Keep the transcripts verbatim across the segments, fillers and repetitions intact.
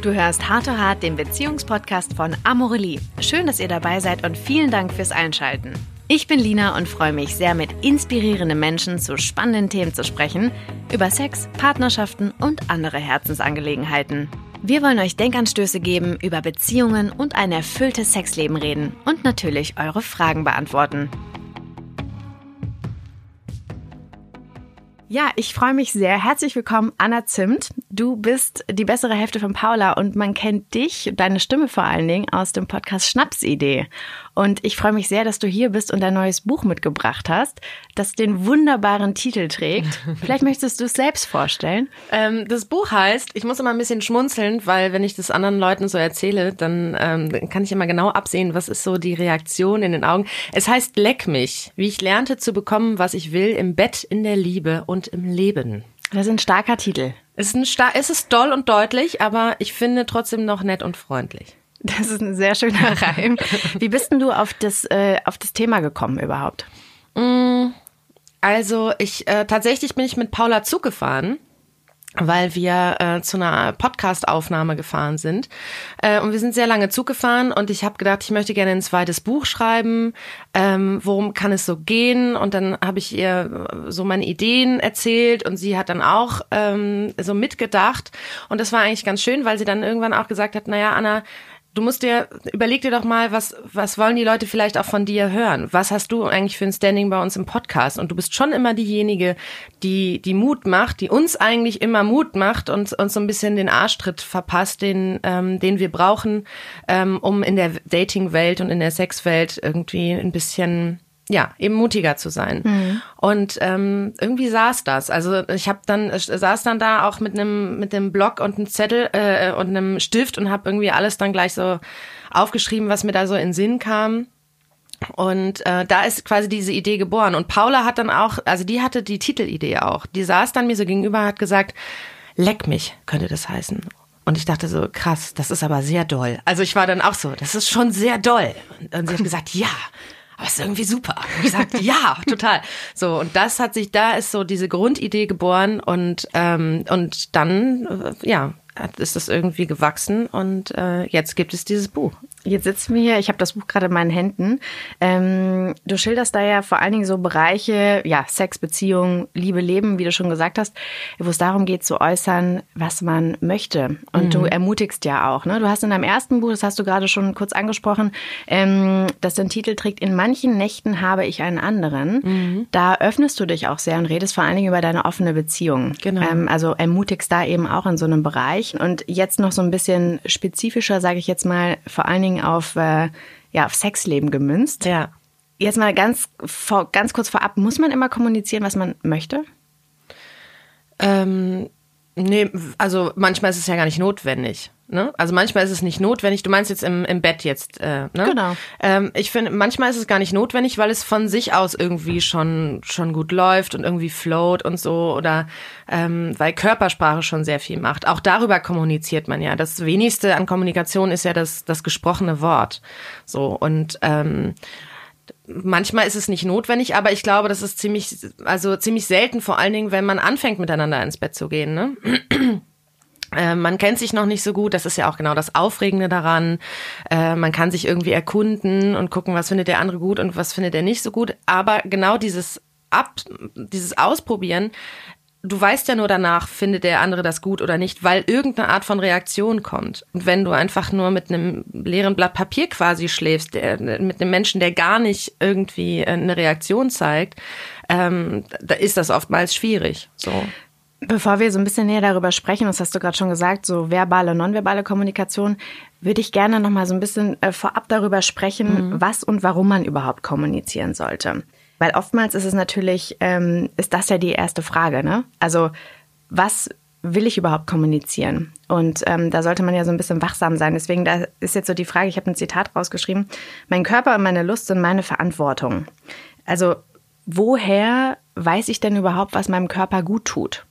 Du hörst Heart to Heart, den Beziehungspodcast von Amorelie. Schön, dass ihr dabei seid und vielen Dank fürs Einschalten. Ich bin Lina und freue mich sehr, mit inspirierenden Menschen zu spannenden Themen zu sprechen, über Sex, Partnerschaften und andere Herzensangelegenheiten. Wir wollen euch Denkanstöße geben, über Beziehungen und ein erfülltes Sexleben reden und natürlich eure Fragen beantworten. Ja, ich freue mich sehr. Herzlich willkommen, Anna Zimt. Du bist die bessere Hälfte von Paula und man kennt dich, deine Stimme vor allen Dingen, aus dem Podcast Schnapsidee. Und ich freue mich sehr, dass du hier bist und dein neues Buch mitgebracht hast, das den wunderbaren Titel trägt. Vielleicht möchtest du es selbst vorstellen? Ähm, das Buch heißt, ich muss immer ein bisschen schmunzeln, weil wenn ich das anderen Leuten so erzähle, dann ähm, kann ich immer genau absehen, was ist so die Reaktion in den Augen. Es heißt Leck mich, wie ich lernte zu bekommen, was ich will, im Bett, in der Liebe und im Leben. Das ist ein starker Titel. Es ist, ein star- es ist doll und deutlich, aber ich finde trotzdem noch nett und freundlich. Das ist ein sehr schöner Reim. Wie bist denn du auf das, äh, auf das Thema gekommen überhaupt? Also ich äh, tatsächlich bin ich mit Paula Zug gefahren, weil wir äh, zu einer Podcast-Aufnahme gefahren sind. Äh, und wir sind sehr lange Zug gefahren und ich habe gedacht, ich möchte gerne ein zweites Buch schreiben. Ähm, worum kann es so gehen? Und dann habe ich ihr so meine Ideen erzählt und sie hat dann auch ähm, so mitgedacht. Und das war eigentlich ganz schön, weil sie dann irgendwann auch gesagt hat, naja, Anna, du musst dir, überleg dir doch mal, was, was wollen die Leute vielleicht auch von dir hören? Was hast du eigentlich für ein Standing bei uns im Podcast? Und du bist schon immer diejenige, die, die Mut macht, die uns eigentlich immer Mut macht und uns so ein bisschen den Arschtritt verpasst, den, ähm, den wir brauchen, ähm, um in der Dating-Welt und in der Sexwelt irgendwie ein bisschen, ja, eben mutiger zu sein. Mhm. Und ähm, irgendwie saß das. Also ich habe dann ich saß dann da auch mit einem mit einem Block und einem Zettel äh, und einem Stift und habe irgendwie alles dann gleich so aufgeschrieben, was mir da so in den Sinn kam. Und äh, da ist quasi diese Idee geboren. Und Paula hat dann auch, also die hatte die Titelidee auch. Die saß dann mir so gegenüber, hat gesagt, leck mich, könnte das heißen. Und ich dachte so, krass, das ist aber sehr doll. Also ich war dann auch so, das ist schon sehr doll. Und sie hat gesagt, ja. Aber es ist irgendwie super. Und ich sagte, ja, total. So, und das hat sich, da ist so diese Grundidee geboren und ähm, und dann, äh, ja, ist das irgendwie gewachsen und äh, jetzt gibt es dieses Buch. Jetzt sitzen wir hier, ich habe das Buch gerade in meinen Händen. Ähm, du schilderst da ja vor allen Dingen so Bereiche, ja, Sex, Beziehung, Liebe, Leben, wie du schon gesagt hast, wo es darum geht zu äußern, was man möchte. Und mhm. du ermutigst ja auch, ne? Du hast in deinem ersten Buch, das hast du gerade schon kurz angesprochen, ähm, das den Titel trägt, in manchen Nächten habe ich einen anderen. Mhm. Da öffnest du dich auch sehr und redest vor allen Dingen über deine offene Beziehung. Genau. Ähm, also ermutigst da eben auch in so einem Bereich. Und jetzt noch so ein bisschen spezifischer, sage ich jetzt mal, vor allen Dingen auf, äh, ja, auf Sexleben gemünzt. Ja. Jetzt mal ganz, vor, ganz kurz vorab, muss man immer kommunizieren, was man möchte? Ähm, nee, also manchmal ist es ja gar nicht notwendig. Ne? Also manchmal ist es nicht notwendig. Du meinst jetzt im, im Bett jetzt, äh, ne? Genau. Ähm, ich finde, manchmal ist es gar nicht notwendig, weil es von sich aus irgendwie schon schon gut läuft und irgendwie float und so oder ähm, weil Körpersprache schon sehr viel macht. Auch darüber kommuniziert man ja. Das Wenigste an Kommunikation ist ja das das gesprochene Wort. So und ähm, manchmal ist es nicht notwendig, aber ich glaube, das ist ziemlich, also ziemlich selten, vor allen Dingen, wenn man anfängt miteinander ins Bett zu gehen, ne? Äh, man kennt sich noch nicht so gut, das ist ja auch genau das Aufregende daran. Äh, man kann sich irgendwie erkunden und gucken, was findet der andere gut und was findet er nicht so gut. Aber genau dieses Ab, dieses Ausprobieren, du weißt ja nur danach, findet der andere das gut oder nicht, weil irgendeine Art von Reaktion kommt. Und wenn du einfach nur mit einem leeren Blatt Papier quasi schläfst, der, mit einem Menschen, der gar nicht irgendwie eine Reaktion zeigt, ähm, da ist das oftmals schwierig. So. Bevor wir so ein bisschen näher darüber sprechen, das hast du gerade schon gesagt, so verbale, nonverbale Kommunikation, würde ich gerne noch mal so ein bisschen äh, vorab darüber sprechen, mhm. was und warum man überhaupt kommunizieren sollte. Weil oftmals ist es natürlich, ähm, ist das ja die erste Frage, ne? Also was will ich überhaupt kommunizieren? Und ähm, da sollte man ja so ein bisschen wachsam sein. Deswegen, da ist jetzt so die Frage, ich habe ein Zitat rausgeschrieben, mein Körper und meine Lust sind meine Verantwortung. Also woher weiß ich denn überhaupt, was meinem Körper gut tut?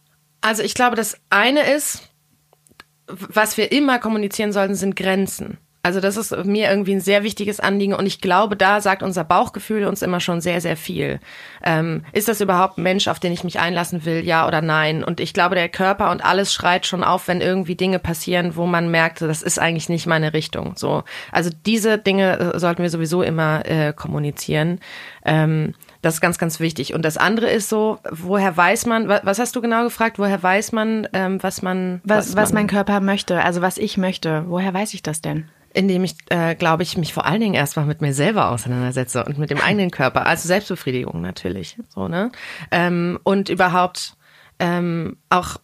Also ich glaube, das eine ist, was wir immer kommunizieren sollten, sind Grenzen. Also das ist mir irgendwie ein sehr wichtiges Anliegen und ich glaube, da sagt unser Bauchgefühl uns immer schon sehr, sehr viel. Ähm, ist das überhaupt ein Mensch, auf den ich mich einlassen will, ja oder nein? Und ich glaube, der Körper und alles schreit schon auf, wenn irgendwie Dinge passieren, wo man merkt, das ist eigentlich nicht meine Richtung. So, also diese Dinge sollten wir sowieso immer äh, kommunizieren. Ähm, Das ist ganz, ganz wichtig. Und das andere ist so, woher weiß man, was hast du genau gefragt, woher weiß man, ähm, was man... Was, was, was mein Körper möchte, also was ich möchte, woher weiß ich das denn? Indem ich, äh, glaube ich, mich vor allen Dingen erstmal mit mir selber auseinandersetze und mit dem eigenen Körper, also Selbstbefriedigung natürlich, so, ne? Ähm, und überhaupt ähm, auch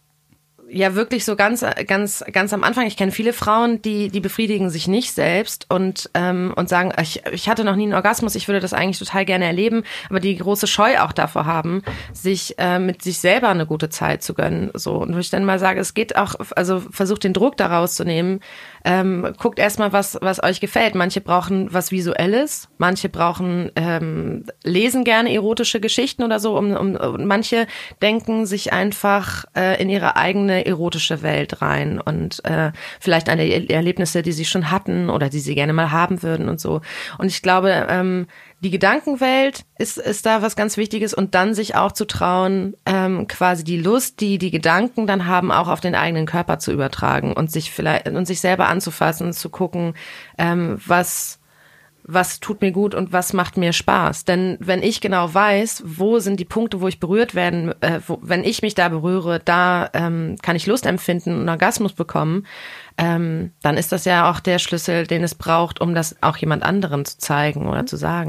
ja wirklich so ganz ganz ganz am Anfang, ich kenne viele Frauen, die die befriedigen sich nicht selbst und ähm, und sagen, ich, ich hatte noch nie einen Orgasmus, ich würde das eigentlich total gerne erleben, aber die große Scheu auch davor haben, sich äh, mit sich selber eine gute Zeit zu gönnen, so. Und wo ich dann mal sage, es geht auch, also versucht den Druck daraus zu nehmen, ähm, guckt erstmal, was was euch gefällt. Manche brauchen was Visuelles, manche brauchen ähm, lesen gerne erotische Geschichten oder so, um, um und manche denken sich einfach äh, in ihre eigene erotische Welt rein und äh, vielleicht an die Erlebnisse, die sie schon hatten oder die sie gerne mal haben würden und so. Und ich glaube, ähm, die Gedankenwelt ist ist da was ganz Wichtiges und dann sich auch zu trauen, ähm, quasi die Lust, die die Gedanken dann haben, auch auf den eigenen Körper zu übertragen und sich vielleicht und sich selber anzufassen, zu gucken, ähm, was was tut mir gut und was macht mir Spaß. Denn wenn ich genau weiß, wo sind die Punkte, wo ich berührt werden, äh, wo, wenn ich mich da berühre, da ähm, kann ich Lust empfinden und einen Orgasmus bekommen, ähm, dann ist das ja auch der Schlüssel, den es braucht, um das auch jemand anderem zu zeigen oder zu sagen.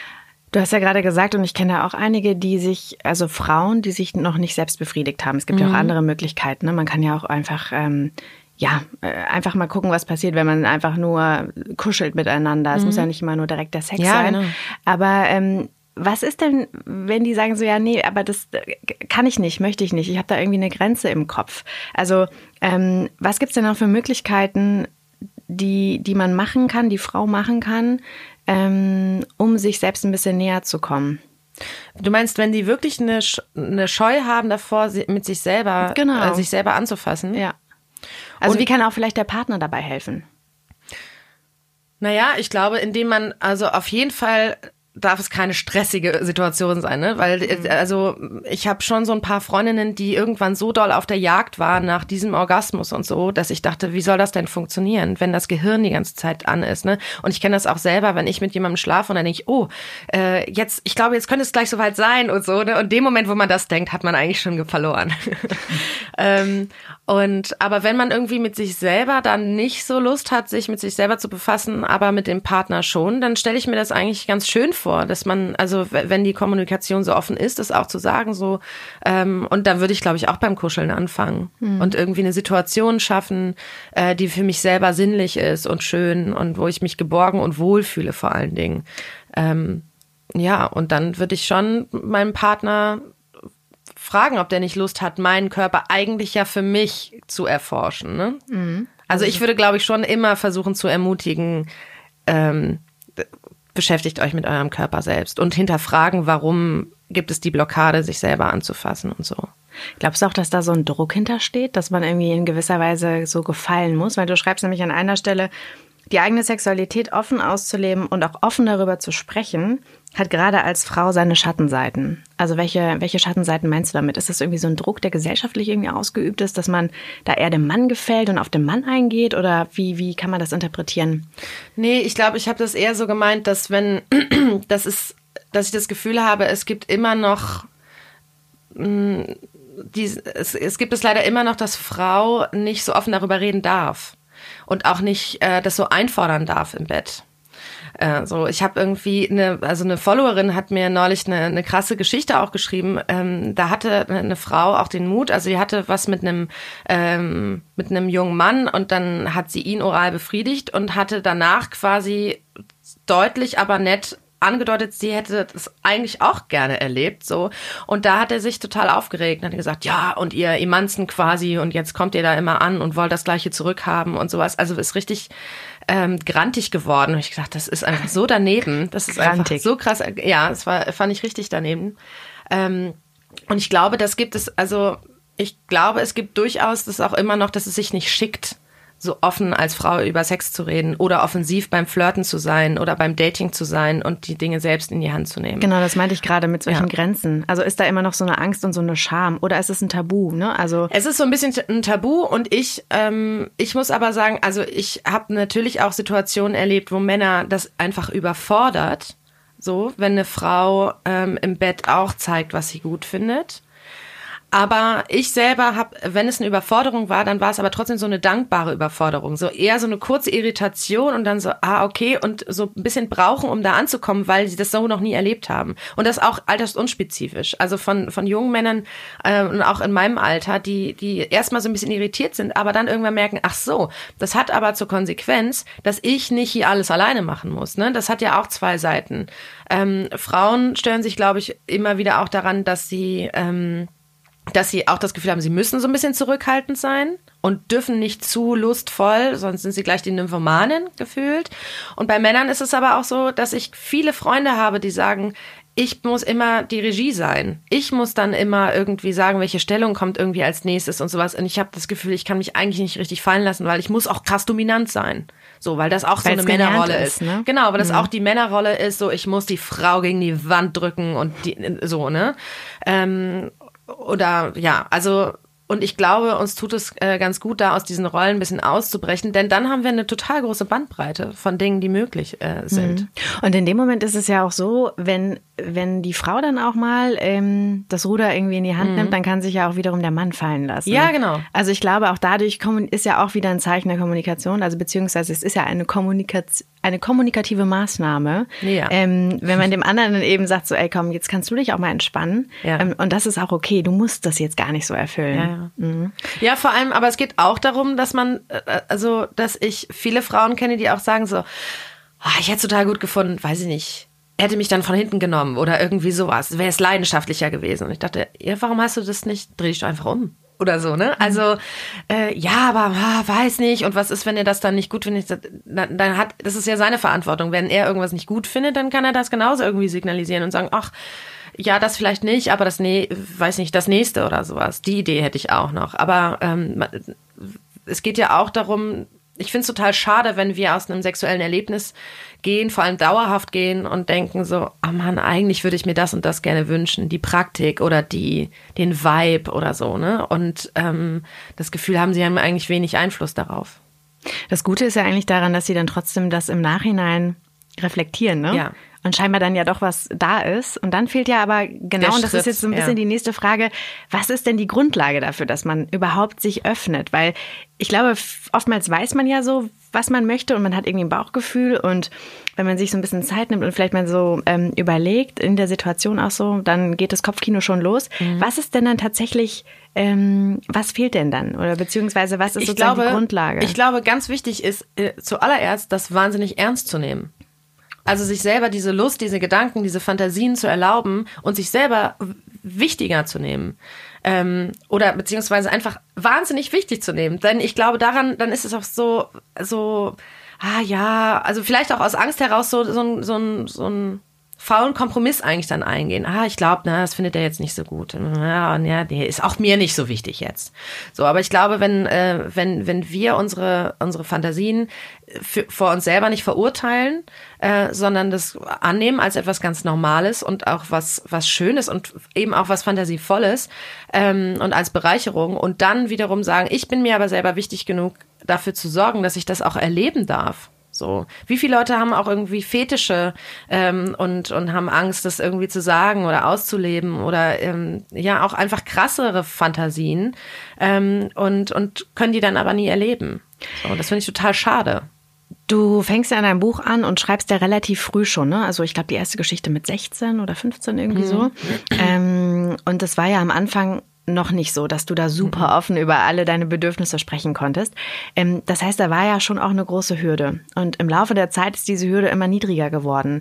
Du hast ja gerade gesagt, und ich kenne ja auch einige, die sich, also Frauen, die sich noch nicht selbst befriedigt haben. Es gibt mhm. ja auch andere Möglichkeiten. Ne? Man kann ja auch einfach... Ähm, Ja, einfach mal gucken, was passiert, wenn man einfach nur kuschelt miteinander. Es mhm. muss ja nicht immer nur direkt der Sex ja, sein. Genau. Aber ähm, was ist denn, wenn die sagen so, ja, nee, aber das kann ich nicht, möchte ich nicht. Ich habe da irgendwie eine Grenze im Kopf. Also ähm, was gibt's denn noch für Möglichkeiten, die die man machen kann, die Frau machen kann, ähm, um sich selbst ein bisschen näher zu kommen? Du meinst, wenn die wirklich eine, eine Scheu haben davor, mit sich selber, genau. äh, sich selber anzufassen? Ja. Also und wie kann auch vielleicht der Partner dabei helfen? Naja, ich glaube, indem man, also auf jeden Fall darf es keine stressige Situation sein, ne? Weil, mhm. also ich habe schon so ein paar Freundinnen, die irgendwann so doll auf der Jagd waren nach diesem Orgasmus und so, dass ich dachte, wie soll das denn funktionieren, wenn das Gehirn die ganze Zeit an ist, ne? Und ich kenne das auch selber, wenn ich mit jemandem schlafe und dann denke ich, oh, äh, jetzt, ich glaube, jetzt könnte es gleich soweit sein und so, ne? Und in dem Moment, wo man das denkt, hat man eigentlich schon verloren. ähm, und aber wenn man irgendwie mit sich selber dann nicht so Lust hat, sich mit sich selber zu befassen, aber mit dem Partner schon, dann stelle ich mir das eigentlich ganz schön vor, dass man, also wenn die Kommunikation so offen ist, das auch zu sagen so, ähm, und da würde ich, glaube ich, auch beim Kuscheln anfangen mhm. und irgendwie eine Situation schaffen, äh, die für mich selber sinnlich ist und schön und wo ich mich geborgen und wohlfühle vor allen Dingen. Ähm, ja, und dann würde ich schon meinem Partner fragen, ob der nicht Lust hat, meinen Körper eigentlich ja für mich zu erforschen. Ne? Mhm. Also ich würde, glaube ich, schon immer versuchen zu ermutigen, ähm, beschäftigt euch mit eurem Körper selbst und hinterfragen, warum gibt es die Blockade, sich selber anzufassen und so. Glaubst du auch, dass da so ein Druck hintersteht, dass man irgendwie in gewisser Weise so gefallen muss? Weil du schreibst nämlich an einer Stelle, die eigene Sexualität offen auszuleben und auch offen darüber zu sprechen, hat gerade als Frau seine Schattenseiten. Also welche, welche Schattenseiten meinst du damit? Ist das irgendwie so ein Druck, der gesellschaftlich irgendwie ausgeübt ist, dass man da eher dem Mann gefällt und auf den Mann eingeht? Oder wie, wie kann man das interpretieren? Nee, ich glaube, ich habe das eher so gemeint, dass wenn, das ist, dass ich das Gefühl habe, es gibt immer noch, mh, die, es, es gibt es leider immer noch, dass Frau nicht so offen darüber reden darf. Und auch nicht äh, das so einfordern darf im Bett. Äh, so, ich habe irgendwie eine, also eine Followerin hat mir neulich eine, eine krasse Geschichte auch geschrieben. Ähm, da hatte eine Frau auch den Mut, also sie hatte was mit einem ähm, mit einem jungen Mann und dann hat sie ihn oral befriedigt und hatte danach quasi deutlich, aber nett angedeutet, sie hätte das eigentlich auch gerne erlebt, so. Und da hat er sich total aufgeregt und hat gesagt, ja, und ihr Emanzen quasi und jetzt kommt ihr da immer an und wollt das Gleiche zurückhaben und sowas. Also ist richtig ähm, grantig geworden. Und ich gedacht, das ist einfach so daneben. Das ist grantig. Einfach so krass. Ja, das war, fand ich richtig daneben. Ähm, und ich glaube, das gibt es, also ich glaube, es gibt durchaus das auch immer noch, dass es sich nicht schickt, so offen als Frau über Sex zu reden oder offensiv beim Flirten zu sein oder beim Dating zu sein und die Dinge selbst in die Hand zu nehmen. Genau, das meinte ich gerade mit solchen Ja. Grenzen. Also ist da immer noch so eine Angst und so eine Scham oder ist es ein Tabu? Ne? Also Es ist so ein bisschen ein Tabu und ich, ähm, ich muss aber sagen, also ich habe natürlich auch Situationen erlebt, wo Männer das einfach überfordert, so, wenn eine Frau ähm, im Bett auch zeigt, was sie gut findet. Aber ich selber habe, wenn es eine Überforderung war, dann war es aber trotzdem so eine dankbare Überforderung. So eher so eine kurze Irritation und dann so, ah, okay, und so ein bisschen brauchen, um da anzukommen, weil sie das so noch nie erlebt haben. Und das auch altersunspezifisch. Also von, von jungen Männern äh, und auch in meinem Alter, die, die erstmal so ein bisschen irritiert sind, aber dann irgendwann merken, ach so, das hat aber zur Konsequenz, dass ich nicht hier alles alleine machen muss. Ne? Das hat ja auch zwei Seiten. Ähm, Frauen stören sich, glaube ich, immer wieder auch daran, dass sie... Ähm, dass sie auch das Gefühl haben, sie müssen so ein bisschen zurückhaltend sein und dürfen nicht zu lustvoll, sonst sind sie gleich die Nymphomanen gefühlt. Und bei Männern ist es aber auch so, dass ich viele Freunde habe, die sagen, ich muss immer die Regie sein. Ich muss dann immer irgendwie sagen, welche Stellung kommt irgendwie als nächstes und sowas. Und ich habe das Gefühl, ich kann mich eigentlich nicht richtig fallen lassen, weil ich muss auch krass dominant sein. So, weil das auch so Weil's eine Männerrolle gelernt ist. ist, ne? Genau, weil das Mhm. auch die Männerrolle ist, so ich muss die Frau gegen die Wand drücken und die, so, ne? Ähm, Oder ja, also und ich glaube, uns tut es äh, ganz gut, da aus diesen Rollen ein bisschen auszubrechen, denn dann haben wir eine total große Bandbreite von Dingen, die möglich äh, sind. Und in dem Moment ist es ja auch so, wenn, wenn die Frau dann auch mal ähm, das Ruder irgendwie in die Hand nimmt, dann kann sich ja auch wiederum der Mann fallen lassen. Ja, genau. Also ich glaube, auch dadurch kommun- ist ja auch wieder ein Zeichen der Kommunikation, also beziehungsweise es ist ja eine Kommunikation, eine kommunikative Maßnahme, Ja. ähm, wenn man dem anderen dann eben sagt, so ey komm, jetzt kannst du dich auch mal entspannen. Ja. Ähm, und das ist auch okay, du musst das jetzt gar nicht so erfüllen. Ja, ja. Ja, vor allem, aber es geht auch darum, dass man, äh, also, dass ich viele Frauen kenne, die auch sagen so, ah, ich hätte es total gut gefunden, weiß ich nicht, er hätte mich dann von hinten genommen oder irgendwie sowas, wäre es leidenschaftlicher gewesen. Und ich dachte, ja, warum hast du das nicht, dreh dich doch einfach um. Oder so, ne? Also, äh, ja, aber ah, weiß nicht. Und was ist, wenn er das dann nicht gut findet? Dann, dann hat, das ist ja seine Verantwortung. Wenn er irgendwas nicht gut findet, dann kann er das genauso irgendwie signalisieren und sagen, ach, ja, das vielleicht nicht, aber das, nee, weiß nicht, das nächste oder sowas. Die Idee hätte ich auch noch. Aber ähm, es geht ja auch darum, ich finde es total schade, wenn wir aus einem sexuellen Erlebnis gehen, vor allem dauerhaft gehen und denken so, oh Mann, eigentlich würde ich mir das und das gerne wünschen, die Praktik oder die den Vibe oder so, ne? Und ähm, das Gefühl haben, sie haben eigentlich wenig Einfluss darauf. Das Gute ist ja eigentlich daran, dass sie dann trotzdem das im Nachhinein reflektieren, ne? Ja. Und scheinbar dann ja doch was da ist. Und dann fehlt ja aber genau, Der und das Schritt, ist jetzt so ein bisschen ja. die nächste Frage, was ist denn die Grundlage dafür, dass man überhaupt sich öffnet? Weil ich glaube, f- oftmals weiß man ja so, was man möchte und man hat irgendwie ein Bauchgefühl und wenn man sich so ein bisschen Zeit nimmt und vielleicht mal so ähm, überlegt, in der Situation auch so, dann geht das Kopfkino schon los. Mhm. Was ist denn dann tatsächlich, ähm, was fehlt denn dann? Oder beziehungsweise was ist Ich sozusagen glaube, die Grundlage? ich glaube, ganz wichtig ist, äh, zuallererst das wahnsinnig ernst zu nehmen. Also sich selber diese Lust, diese Gedanken, diese Fantasien zu erlauben und sich selber w- wichtiger zu nehmen. Ähm, oder beziehungsweise einfach wahnsinnig wichtig zu nehmen. Denn ich glaube daran, dann ist es auch so, so, ah ja, also vielleicht auch aus Angst heraus so, so, ein- so, ein- so ein faulen Kompromiss eigentlich dann eingehen. Ah, ich glaube, na, das findet er jetzt nicht so gut. Ja, und ja, der ist auch mir nicht so wichtig jetzt. So, aber ich glaube, wenn äh, wenn wenn wir unsere unsere Fantasien für, vor uns selber nicht verurteilen, äh, sondern das annehmen als etwas ganz Normales und auch was was Schönes und eben auch was Fantasievolles ähm, und als Bereicherung und dann wiederum sagen, ich bin mir aber selber wichtig genug, dafür zu sorgen, dass ich das auch erleben darf. So, wie viele Leute haben auch irgendwie Fetische ähm, und und haben Angst, das irgendwie zu sagen oder auszuleben oder ähm, ja auch einfach krassere Fantasien ähm, und und können die dann aber nie erleben. So, das finde ich total schade. Du fängst ja an deinem Buch an und schreibst ja relativ früh schon, ne? Also ich glaube, die erste Geschichte mit sechzehn oder fünfzehn irgendwie Mhm. so. Ähm, und das war ja am Anfang noch nicht so, dass du da super offen über alle deine Bedürfnisse sprechen konntest. Ähm, das heißt, da war ja schon auch eine große Hürde. Und im Laufe der Zeit ist diese Hürde immer niedriger geworden.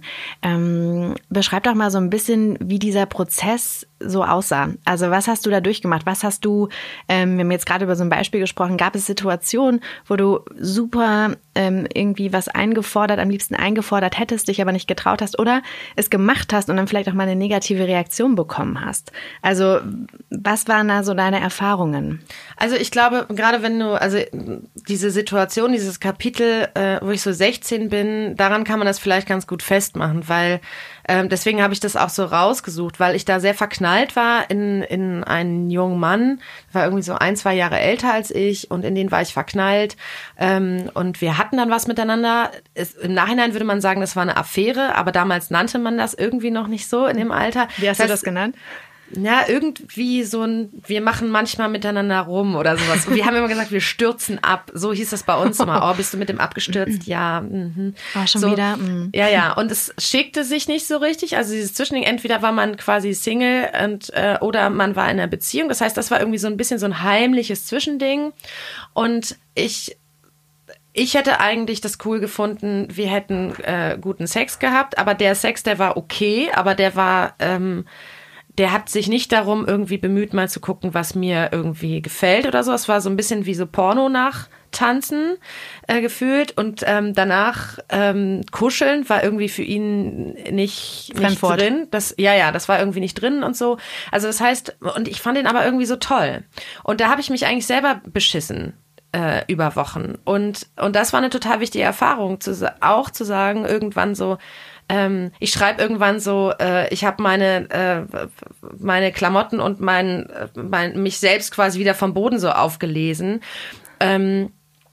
Ähm, beschreib doch mal so ein bisschen, wie dieser Prozess so aussah. Also was hast du da durchgemacht? Was hast du, ähm, wir haben jetzt gerade über so ein Beispiel gesprochen, gab es Situationen, wo du super ähm, irgendwie was eingefordert, am liebsten eingefordert hättest, dich aber nicht getraut hast oder es gemacht hast und dann vielleicht auch mal eine negative Reaktion bekommen hast? Also was war waren da so deine Erfahrungen? Also ich glaube, gerade wenn du, also diese Situation, dieses Kapitel, äh, wo ich so sechzehn bin, daran kann man das vielleicht ganz gut festmachen, weil ähm, deswegen habe ich das auch so rausgesucht, weil ich da sehr verknallt war in in einen jungen Mann, der war irgendwie so ein, zwei Jahre älter als ich und in den war ich verknallt ähm, und wir hatten dann was miteinander. Es, im Nachhinein würde man sagen, das war eine Affäre, aber damals nannte man das irgendwie noch nicht so in dem Alter. Wie hast das, du das genannt? Ja, irgendwie so ein, wir machen manchmal miteinander rum oder sowas. Und wir haben immer gesagt, wir stürzen ab. So hieß das bei uns immer. Oh, bist du mit dem abgestürzt? Ja. Mhm. War schon so, wieder. Mhm. Ja, ja. Und es schickte sich nicht so richtig. Also dieses Zwischending, entweder war man quasi Single und äh, oder man war in einer Beziehung. Das heißt, das war irgendwie so ein bisschen so ein heimliches Zwischending. Und ich Ich hätte eigentlich das cool gefunden, wir hätten äh, guten Sex gehabt, aber der Sex, der war okay, aber der war, ähm, der hat sich nicht darum irgendwie bemüht, mal zu gucken, was mir irgendwie gefällt oder so. Es war so ein bisschen wie so Porno nachtanzen äh, gefühlt und ähm, danach ähm, kuscheln war irgendwie für ihn nicht, nicht drin. Das, ja, ja, das war irgendwie nicht drin und so. Also das heißt, und ich fand ihn aber irgendwie so toll. Und da habe ich mich eigentlich selber beschissen. Äh, über Wochen. Und, und das war eine total wichtige Erfahrung, zu, auch zu sagen, irgendwann so, ähm, ich schreibe irgendwann so, äh, ich habe meine, äh, meine Klamotten und mein, mein, mich selbst quasi wieder vom Boden so aufgelesen ähm,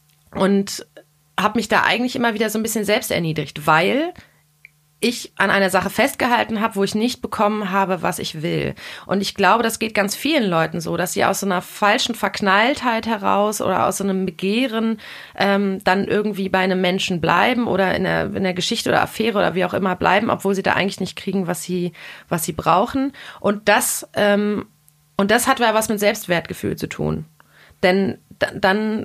und habe mich da eigentlich immer wieder so ein bisschen selbst erniedrigt, weil ich an einer Sache festgehalten habe, wo ich nicht bekommen habe, was ich will. Und ich glaube, das geht ganz vielen Leuten so, dass sie aus so einer falschen Verknalltheit heraus oder aus so einem Begehren ähm, dann irgendwie bei einem Menschen bleiben oder in der, in der Geschichte oder Affäre oder wie auch immer bleiben, obwohl sie da eigentlich nicht kriegen, was sie, was sie brauchen. Und das, ähm, und das hat ja was mit Selbstwertgefühl zu tun. Denn d- dann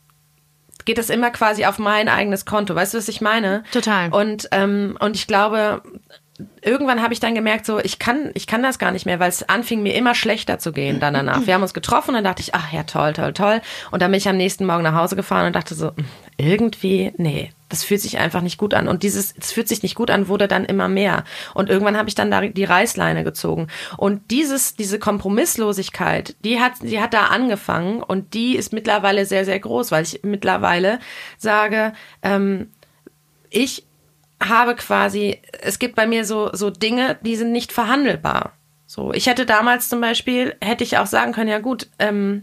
geht das immer quasi auf mein eigenes Konto. Weißt du, was ich meine? Total. Und, ähm, und ich glaube, irgendwann habe ich dann gemerkt, so ich kann, ich kann das gar nicht mehr, weil es anfing mir immer schlechter zu gehen dann danach. Wir haben uns getroffen und dann dachte ich, ach ja, toll, toll, toll. Und dann bin ich am nächsten Morgen nach Hause gefahren und dachte so, irgendwie, nee, das fühlt sich einfach nicht gut an. Und dieses, es fühlt sich nicht gut an, wurde dann immer mehr. Und irgendwann habe ich dann da die Reißleine gezogen. Und dieses, diese Kompromisslosigkeit, die hat, die hat da angefangen und die ist mittlerweile sehr, sehr groß, weil ich mittlerweile sage, ähm, ich habe quasi, es gibt bei mir so, so Dinge, die sind nicht verhandelbar. So, ich hätte damals zum Beispiel, hätte ich auch sagen können, ja gut, ähm,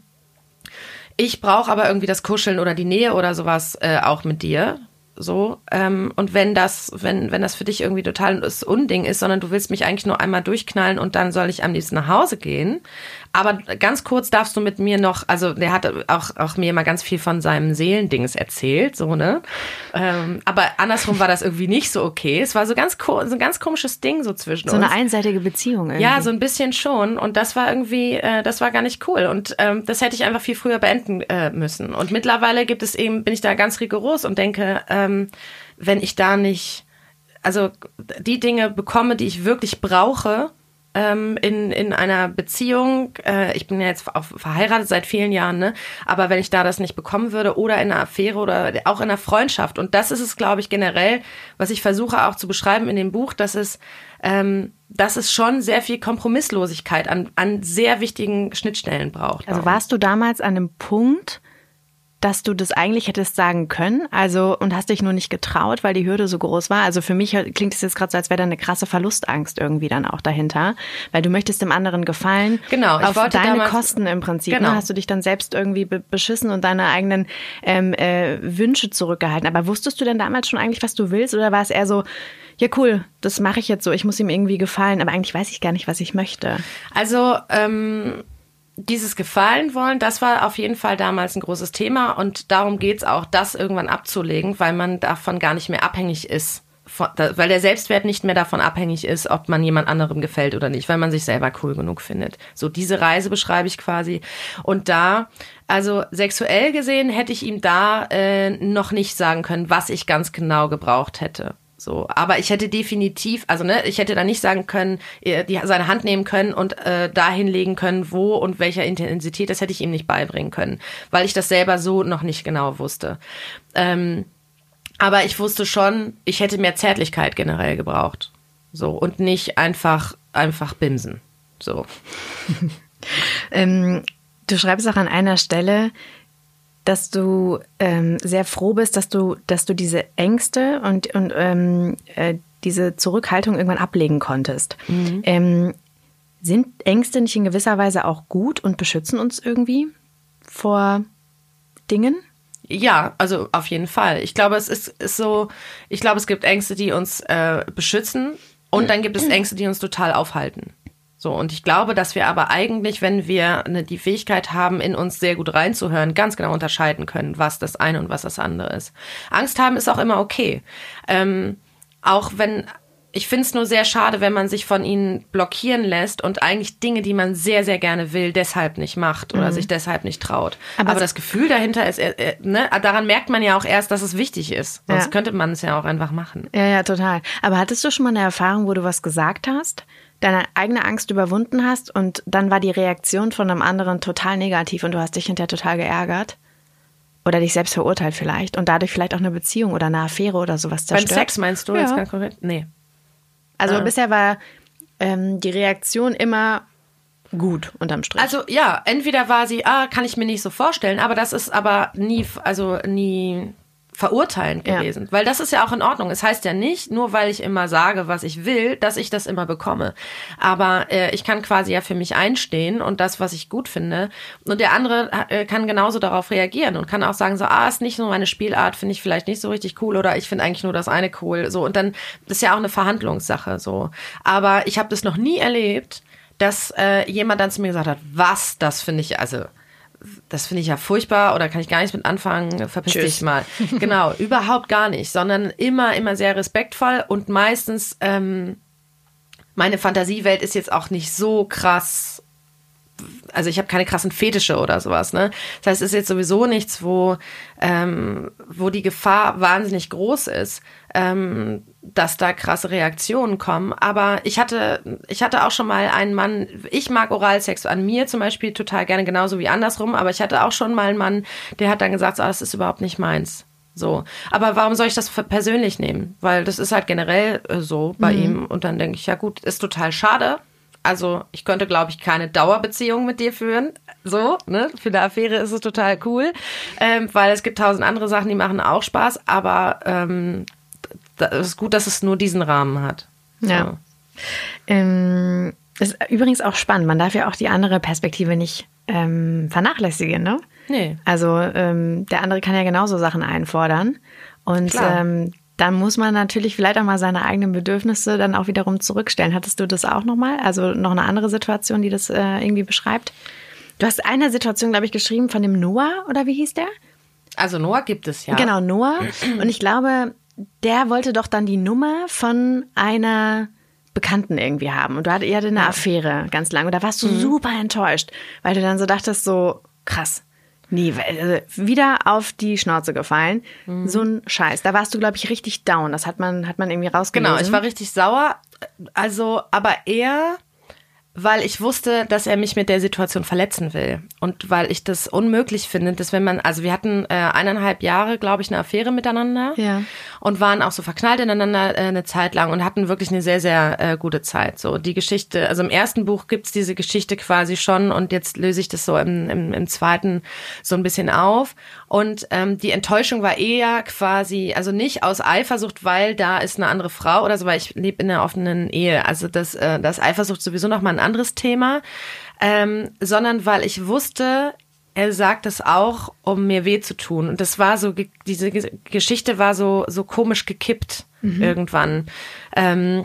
ich brauche aber irgendwie das Kuscheln oder die Nähe oder sowas äh, auch mit dir. So, ähm, und wenn das, wenn, wenn das für dich irgendwie total das Unding ist, sondern du willst mich eigentlich nur einmal durchknallen und dann soll ich am liebsten nach Hause gehen. Aber ganz kurz darfst du mit mir noch, also der hat auch, auch mir immer ganz viel von seinem Seelendings erzählt, so, ne? Ähm, aber andersrum war das irgendwie nicht so okay. Es war so ganz, so ein ganz komisches Ding so zwischen so uns. So eine einseitige Beziehung irgendwie. Ja, so ein bisschen schon. Und das war irgendwie, äh, das war gar nicht cool. Und ähm, das hätte ich einfach viel früher beenden äh, müssen. Und mittlerweile gibt es eben, bin ich da ganz rigoros und denke, ähm, wenn ich da nicht, also die Dinge bekomme, die ich wirklich brauche ähm, in in einer Beziehung, äh, ich bin ja jetzt auch verheiratet seit vielen Jahren, ne, aber wenn ich da das nicht bekommen würde oder in einer Affäre oder auch in einer Freundschaft, und das ist es, glaube ich, generell, was ich versuche auch zu beschreiben in dem Buch, dass es ähm, dass es schon sehr viel Kompromisslosigkeit an an sehr wichtigen Schnittstellen braucht. Also warst du damals an einem Punkt, dass du das eigentlich hättest sagen können, also und hast dich nur nicht getraut, weil die Hürde so groß war? Also für mich klingt es jetzt gerade so, als wäre da eine krasse Verlustangst irgendwie dann auch dahinter, weil du möchtest dem anderen gefallen. Genau, ich auf wollte deine damals, Kosten im Prinzip. Genau. Ne? Hast du dich dann selbst irgendwie be- beschissen und deine eigenen ähm, äh, Wünsche zurückgehalten. Aber wusstest du denn damals schon eigentlich, was du willst, oder war es eher so, ja cool, das mache ich jetzt so, ich muss ihm irgendwie gefallen, aber eigentlich weiß ich gar nicht, was ich möchte? Also ähm dieses Gefallen wollen, das war auf jeden Fall damals ein großes Thema, und darum geht's auch, das irgendwann abzulegen, weil man davon gar nicht mehr abhängig ist, von, da, weil der Selbstwert nicht mehr davon abhängig ist, ob man jemand anderem gefällt oder nicht, weil man sich selber cool genug findet. So, diese Reise beschreibe ich quasi. Und da, also sexuell gesehen, hätte ich ihm da äh, noch nicht sagen können, was ich ganz genau gebraucht hätte. So, aber ich hätte definitiv, also ne, ich hätte da nicht sagen können, die, seine Hand nehmen können und äh, dahin legen können, wo und welcher Intensität, das hätte ich ihm nicht beibringen können, weil ich das selber so noch nicht genau wusste. Ähm, aber ich wusste schon, ich hätte mehr Zärtlichkeit generell gebraucht. So, und nicht einfach, einfach bimsen. So. Ähm, du schreibst auch an einer Stelle, dass du ähm, sehr froh bist, dass du, dass du diese Ängste und, und ähm, äh, diese Zurückhaltung irgendwann ablegen konntest. Mhm. Ähm, sind Ängste nicht in gewisser Weise auch gut und beschützen uns irgendwie vor Dingen? Ja, also auf jeden Fall. Ich glaube, es ist, ist so, ich glaube, es gibt Ängste, die uns äh, beschützen und dann gibt es Ängste, die uns total aufhalten. So, und ich glaube, dass wir aber eigentlich, wenn wir eine, die Fähigkeit haben, in uns sehr gut reinzuhören, ganz genau unterscheiden können, was das eine und was das andere ist. Angst haben ist auch immer okay. Ähm, auch wenn, ich finde es nur sehr schade, wenn man sich von ihnen blockieren lässt und eigentlich Dinge, die man sehr, sehr gerne will, deshalb nicht macht oder mhm. sich deshalb nicht traut. Aber, aber das Gefühl dahinter ist, äh, ne, daran merkt man ja auch erst, dass es wichtig ist. Sonst ja. könnte man es ja auch einfach machen. Ja, ja, total. Aber hattest du schon mal eine Erfahrung, wo du was gesagt hast, deine eigene Angst überwunden hast und dann war die Reaktion von einem anderen total negativ und du hast dich hinterher total geärgert? Oder dich selbst verurteilt vielleicht und dadurch vielleicht auch eine Beziehung oder eine Affäre oder sowas zerstört? Beim Sex meinst du ja. jetzt ganz konkret? Nee. Also ah. bisher war ähm, die Reaktion immer gut unterm Strich. Also ja, entweder war sie, ah, kann ich mir nicht so vorstellen, aber das ist aber nie, also nie verurteilend gewesen. Ja. Weil das ist ja auch in Ordnung. Es heißt ja nicht, nur weil ich immer sage, was ich will, dass ich das immer bekomme. Aber äh, ich kann quasi ja für mich einstehen und das, was ich gut finde. Und der andere äh, kann genauso darauf reagieren und kann auch sagen, so, ah, ist nicht so meine Spielart, finde ich vielleicht nicht so richtig cool oder ich finde eigentlich nur das eine cool. So, und dann ist ja auch eine Verhandlungssache. So. Aber ich habe das noch nie erlebt, dass äh, jemand dann zu mir gesagt hat, was, das finde ich, also das finde ich ja furchtbar oder kann ich gar nichts mit anfangen, verpiss Tschüss. dich mal. Genau, überhaupt gar nicht, sondern immer, immer sehr respektvoll und meistens, ähm, meine Fantasiewelt ist jetzt auch nicht so krass, also ich habe keine krassen Fetische oder sowas, ne? Das heißt, es ist jetzt sowieso nichts, wo, ähm, wo die Gefahr wahnsinnig groß ist, ähm, dass da krasse Reaktionen kommen. Aber ich hatte, ich hatte auch schon mal einen Mann, ich mag Oralsex an mir zum Beispiel total gerne, genauso wie andersrum, aber ich hatte auch schon mal einen Mann, der hat dann gesagt, so, ah, das ist überhaupt nicht meins. So. Aber warum soll ich das persönlich nehmen? Weil das ist halt generell äh, so bei mhm. ihm. Und dann denke ich, ja gut, ist total schade. Also ich könnte, glaube ich, keine Dauerbeziehung mit dir führen. So, ne? Für eine Affäre ist es total cool, ähm, weil es gibt tausend andere Sachen, die machen auch Spaß. Aber ähm, das ist gut, dass es nur diesen Rahmen hat. So. Ja. Ähm, das ist übrigens auch spannend. Man darf ja auch die andere Perspektive nicht ähm, vernachlässigen, ne? Nee. Also ähm, der andere kann ja genauso Sachen einfordern. Und ähm, dann muss man natürlich vielleicht auch mal seine eigenen Bedürfnisse dann auch wiederum zurückstellen. Hattest du das auch nochmal? Also noch eine andere Situation, die das äh, irgendwie beschreibt? Du hast eine Situation, glaube ich, geschrieben von dem Noah, oder wie hieß der? Also Noah gibt es ja. Genau, Noah. Und ich glaube, der wollte doch dann die Nummer von einer Bekannten irgendwie haben. Und du hattet, ihr hattet eine ja. Affäre ganz lang. Und da warst du mhm. super enttäuscht, weil du dann so dachtest, so krass. Nee, also wieder auf die Schnauze gefallen. Mhm. So ein Scheiß. Da warst du, glaube ich, richtig down. Das hat man, hat man irgendwie rausgelesen. Genau, ich war richtig sauer. Also, aber eher, weil ich wusste, dass er mich mit der Situation verletzen will. Und weil ich das unmöglich finde, dass wenn man, also wir hatten äh, eineinhalb Jahre, glaube ich, eine Affäre miteinander. Ja. Und waren auch so verknallt ineinander äh, eine Zeit lang und hatten wirklich eine sehr, sehr äh, gute Zeit. So die Geschichte, also im ersten Buch gibt's diese Geschichte quasi schon und jetzt löse ich das so im, im, im zweiten so ein bisschen auf. Und ähm, die Enttäuschung war eher quasi, also nicht aus Eifersucht, weil da ist eine andere Frau oder so, weil ich lebe in einer offenen Ehe. Also das, äh, das Eifersucht sowieso nochmal ein anderes Thema, ähm, sondern weil ich wusste, er sagt das auch, um mir weh zu tun. Und das war so, diese Geschichte war so, so komisch gekippt mhm. irgendwann. Ähm,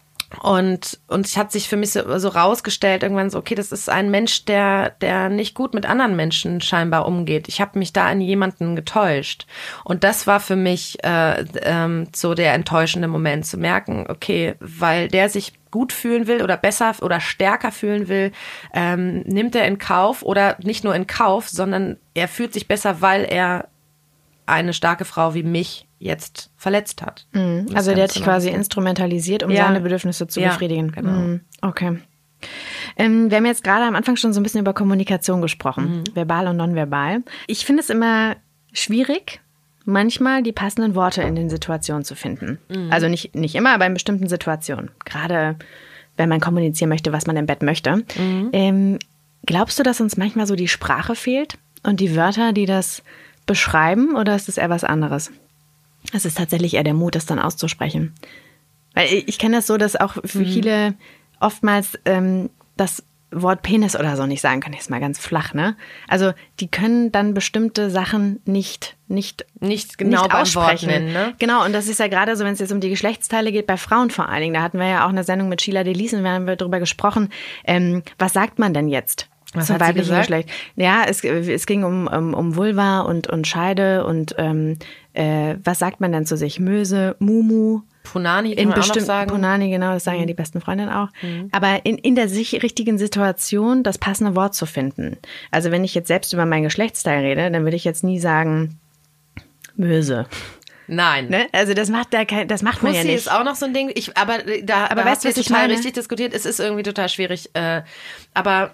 und, und es hat sich für mich so, so rausgestellt, irgendwann so, okay, das ist ein Mensch, der, der nicht gut mit anderen Menschen scheinbar umgeht. Ich habe mich da in jemanden getäuscht. Und das war für mich äh, ähm, so der enttäuschende Moment, zu merken, okay, weil der sich gut fühlen will oder besser oder stärker fühlen will, ähm, nimmt er in Kauf oder nicht nur in Kauf, sondern er fühlt sich besser, weil er eine starke Frau wie mich jetzt verletzt hat. Mhm. Also der hat sich quasi instrumentalisiert, um ja. seine Bedürfnisse zu ja, befriedigen. Genau. Mhm. Okay. Ähm, wir haben jetzt gerade am Anfang schon so ein bisschen über Kommunikation gesprochen, mhm. verbal und nonverbal. Ich finde es immer schwierig, manchmal die passenden Worte in den Situationen zu finden. Mhm. Also nicht, nicht immer, aber in bestimmten Situationen. Gerade wenn man kommunizieren möchte, was man im Bett möchte. Mhm. Ähm, glaubst du, dass uns manchmal so die Sprache fehlt und die Wörter, die das beschreiben, oder ist es eher was anderes? Es ist tatsächlich eher der Mut, das dann auszusprechen. Weil ich, ich kenne das so, dass auch für mhm. viele oftmals ähm, das Wort Penis oder so nicht sagen können. Jetzt mal ganz flach, ne? Also die können dann bestimmte Sachen nicht nicht nicht genau nicht beim aussprechen. Wort nennen, ne? Genau, und das ist ja gerade so, wenn es jetzt um die Geschlechtsteile geht, bei Frauen vor allen Dingen. Da hatten wir ja auch eine Sendung mit Sheila Delis und wir haben darüber gesprochen, ähm, was sagt man denn jetzt? Was zum hat sie weiblichen gesagt? Geschlecht. Ja, es, es ging um, um, um Vulva und, und Scheide und ähm, äh, was sagt man denn zu sich? Möse, Mumu. Punani, kann in man auch noch bestimmten sagen. Punani, genau, das sagen mhm. ja die besten Freundinnen auch. Mhm. Aber in, in der sich richtigen Situation das passende Wort zu finden. Also wenn ich jetzt selbst über mein Geschlechtsteil rede, dann würde ich jetzt nie sagen Möse. Nein. Ne? Also das macht da kein, das macht Pussy man ja nicht. ist auch noch so ein Ding. Ich, aber da, aber da weißt du, was wir ich total meine? richtig diskutiert. Es ist irgendwie total schwierig. Äh, aber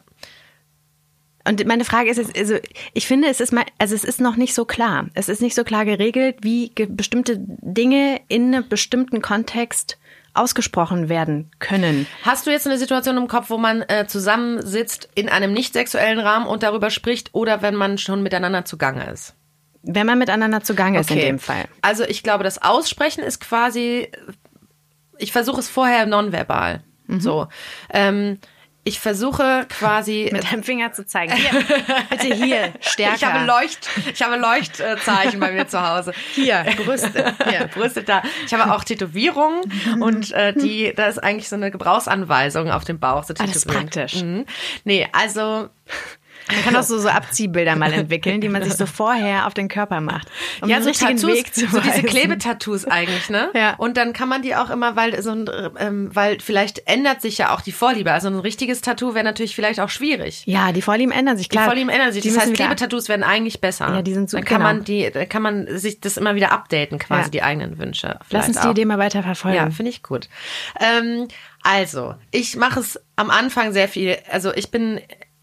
Und meine Frage ist, also ich finde, es ist mal, also es ist noch nicht so klar. Es ist nicht so klar geregelt, wie ge- bestimmte Dinge in einem bestimmten Kontext ausgesprochen werden können. Hast du jetzt eine Situation im Kopf, wo man äh, zusammensitzt in einem nicht sexuellen Rahmen und darüber spricht, oder wenn man schon miteinander zugange ist? Wenn man miteinander zugange ist Okay. in dem Fall. Also ich glaube, das Aussprechen ist quasi, ich versuche es vorher nonverbal. Mhm. So. Ähm, Ich versuche quasi mit deinem Finger zu zeigen. Hier, bitte hier, stärker. Ich habe Leucht, ich habe Leuchtzeichen bei mir zu Hause. Hier, Brüste. Hier, Brüste da. Ich habe auch Tätowierungen und äh, die, da ist eigentlich so eine Gebrauchsanweisung auf dem Bauch. So ah, das ist praktisch. Mhm. Nee, also man kann auch so, so Abziehbilder mal entwickeln, die man sich so vorher auf den Körper macht. Um ja, den so richtigen Tattoos, Weg zu so diese weisen. Klebetattoos eigentlich, ne? Ja. Und dann kann man die auch immer, weil so ein, ähm, weil vielleicht ändert sich ja auch die Vorliebe. Also ein richtiges Tattoo wäre natürlich vielleicht auch schwierig. Ja, die Vorlieben ändern sich, klar. Die Vorlieben ändern sich. Die Das heißt, müssen wieder- Klebetattoos werden eigentlich besser. Ja, die sind so- Dann kann genau. man die, dann kann man sich das immer wieder updaten, quasi Ja. die eigenen Wünsche. Lass uns Vielleicht die auch. Idee mal weiter verfolgen. Ja, finde ich gut. Ähm, also, ich mache es am Anfang sehr viel, also ich bin,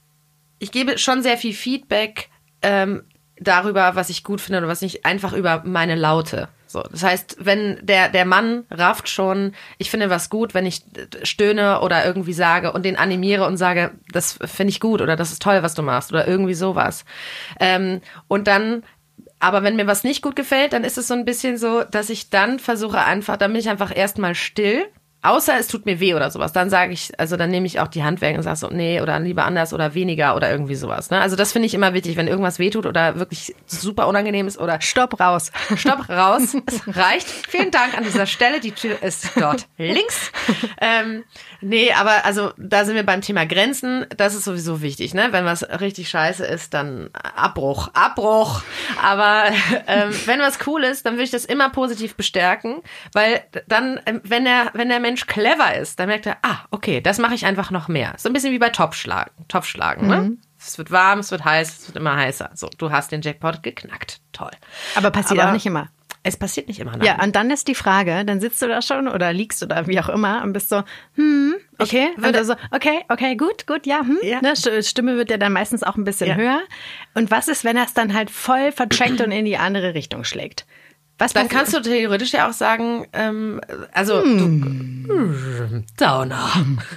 ich gebe schon sehr viel Feedback ähm, darüber, was ich gut finde oder was nicht, einfach über meine Laute. So, das heißt, wenn der, der Mann rafft schon, ich finde was gut, wenn ich stöhne oder irgendwie sage und den animiere und sage, das finde ich gut oder das ist toll, was du machst oder irgendwie sowas. Ähm, und dann Aber wenn mir was nicht gut gefällt, dann ist es so ein bisschen so, dass ich dann versuche einfach, dann bin ich einfach erstmal still, außer es tut mir weh oder sowas. Dann sage ich, also dann nehme ich auch die Hand weg und sage so, nee, oder lieber anders oder weniger oder irgendwie sowas. Ne? Also das finde ich immer wichtig, wenn irgendwas wehtut oder wirklich super unangenehm ist oder Stopp, raus. Stopp, raus. Es reicht. Vielen Dank an dieser Stelle. Die Tür ist dort links. Ähm, nee, aber also da sind wir beim Thema Grenzen. Das ist sowieso wichtig, ne? Wenn was richtig scheiße ist, dann Abbruch. Abbruch. Aber ähm, wenn was cool ist, dann will ich das immer positiv bestärken, weil dann, ähm, wenn der, wenn der Mensch clever ist, dann merkt er, ah, okay, das mache ich einfach noch mehr. So ein bisschen wie bei Topfschlagen. Topfschlagen, ne? Mhm. Es wird warm, es wird heiß, es wird immer heißer. So, du hast den Jackpot geknackt. Toll. Aber passiert Aber auch nicht immer. Es passiert nicht immer. Nein. Ja, und dann ist die Frage, dann sitzt du da schon oder liegst du da, wie auch immer, und bist so, hm, okay, Ich würde- und so, okay, okay, gut, gut, ja, hm, Ja. Ne, St- Stimme wird ja dann meistens auch ein bisschen Ja. höher. Und was ist, wenn er es dann halt voll vertrackt und in die andere Richtung schlägt? Was Dann passiert? kannst du theoretisch ja auch sagen, ähm, also Hm. du, Downer.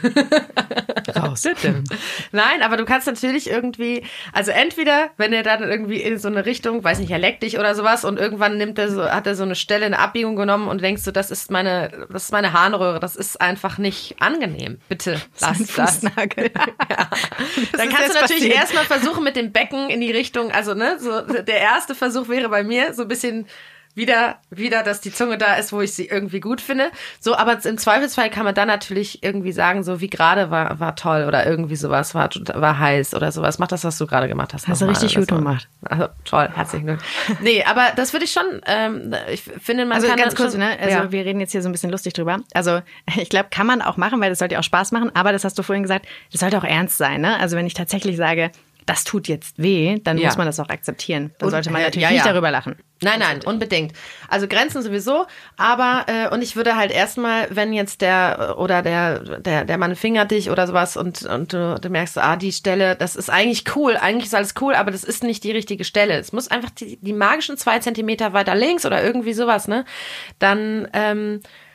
raus. Nein, aber du kannst natürlich irgendwie, also entweder, wenn er dann irgendwie in so eine Richtung, weiß nicht, er leckt dich oder sowas und irgendwann nimmt er so, hat er so eine Stelle, eine Abbiegung genommen und denkst du, das ist meine, das ist meine Harnröhre, das ist einfach nicht angenehm. Bitte lass Ein das. Fußnagel. Ja. Dann ist kannst jetzt du natürlich passiert. erstmal versuchen mit dem Becken in die Richtung, also ne, so der erste Versuch wäre bei mir so ein bisschen wieder, wieder, dass die Zunge da ist, wo ich sie irgendwie gut finde. So, aber im Zweifelsfall kann man dann natürlich irgendwie sagen, so wie gerade war, war toll oder irgendwie sowas, war, war heiß oder sowas. Mach das, was du gerade gemacht hast. Hast du nochmal. richtig Das gut war- gemacht. Also toll, herzlichen Glück. Nee, aber das würde ich schon, ähm, ich finde, man Also kann ganz dann kurz, schon, ne? Also ja. wir reden jetzt hier so ein bisschen lustig drüber. Also ich glaube, kann man auch machen, weil das sollte ja auch Spaß machen. Aber das hast du vorhin gesagt, das sollte auch ernst sein, ne? Also wenn ich tatsächlich sage, das tut jetzt weh, dann Ja. muss man das auch akzeptieren. Dann Und- sollte man ja, natürlich ja, nicht ja. darüber lachen. Nein, nein, unbedingt. Also Grenzen sowieso, aber äh, und ich würde halt erstmal, wenn jetzt der oder der der der Mann fingert dich oder sowas und und du, du merkst, ah, die Stelle, das ist eigentlich cool, eigentlich ist alles cool, aber das ist nicht die richtige Stelle. Es muss einfach die, die magischen zwei Zentimeter weiter links oder irgendwie sowas, ne? Dann ähm,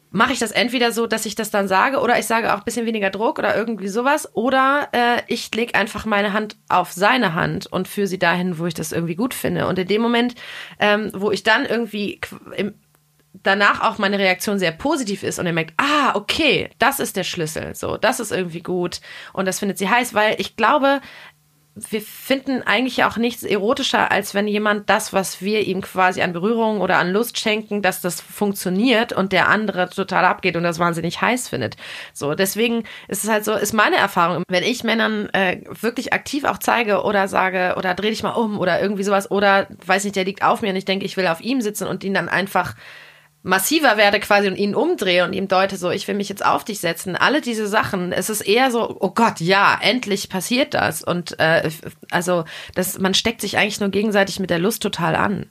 mache ich das entweder so, dass ich das dann sage oder ich sage auch ein bisschen weniger Druck oder irgendwie sowas oder äh, ich lege einfach meine Hand auf seine Hand und führe sie dahin, wo ich das irgendwie gut finde. Und in dem Moment, ähm, wo ich dann irgendwie im, danach auch meine Reaktion sehr positiv ist und er merkt, ah, okay, das ist der Schlüssel, so, das ist irgendwie gut und das findet sie heiß, weil ich glaube, wir finden eigentlich ja auch nichts erotischer, als wenn jemand das, was wir ihm quasi an Berührung oder an Lust schenken, dass das funktioniert und der andere total abgeht und das wahnsinnig heiß findet. So, deswegen ist es halt so, ist meine Erfahrung, wenn ich Männern äh, wirklich aktiv auch zeige oder sage, oder dreh dich mal um oder irgendwie sowas oder, weiß nicht, der liegt auf mir und ich denke, ich will auf ihm sitzen und ihn dann einfach massiver werde quasi und ihn umdrehe und ihm deute so, ich will mich jetzt auf dich setzen. Alle diese Sachen, es ist eher so, oh Gott, ja, endlich passiert das. Und äh, also das, man steckt sich eigentlich nur gegenseitig mit der Lust total an.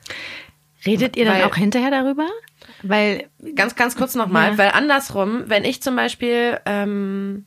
Redet ihr dann weil, auch hinterher darüber? Weil ganz, ganz kurz nochmal, ja. weil andersrum, wenn ich zum Beispiel ähm,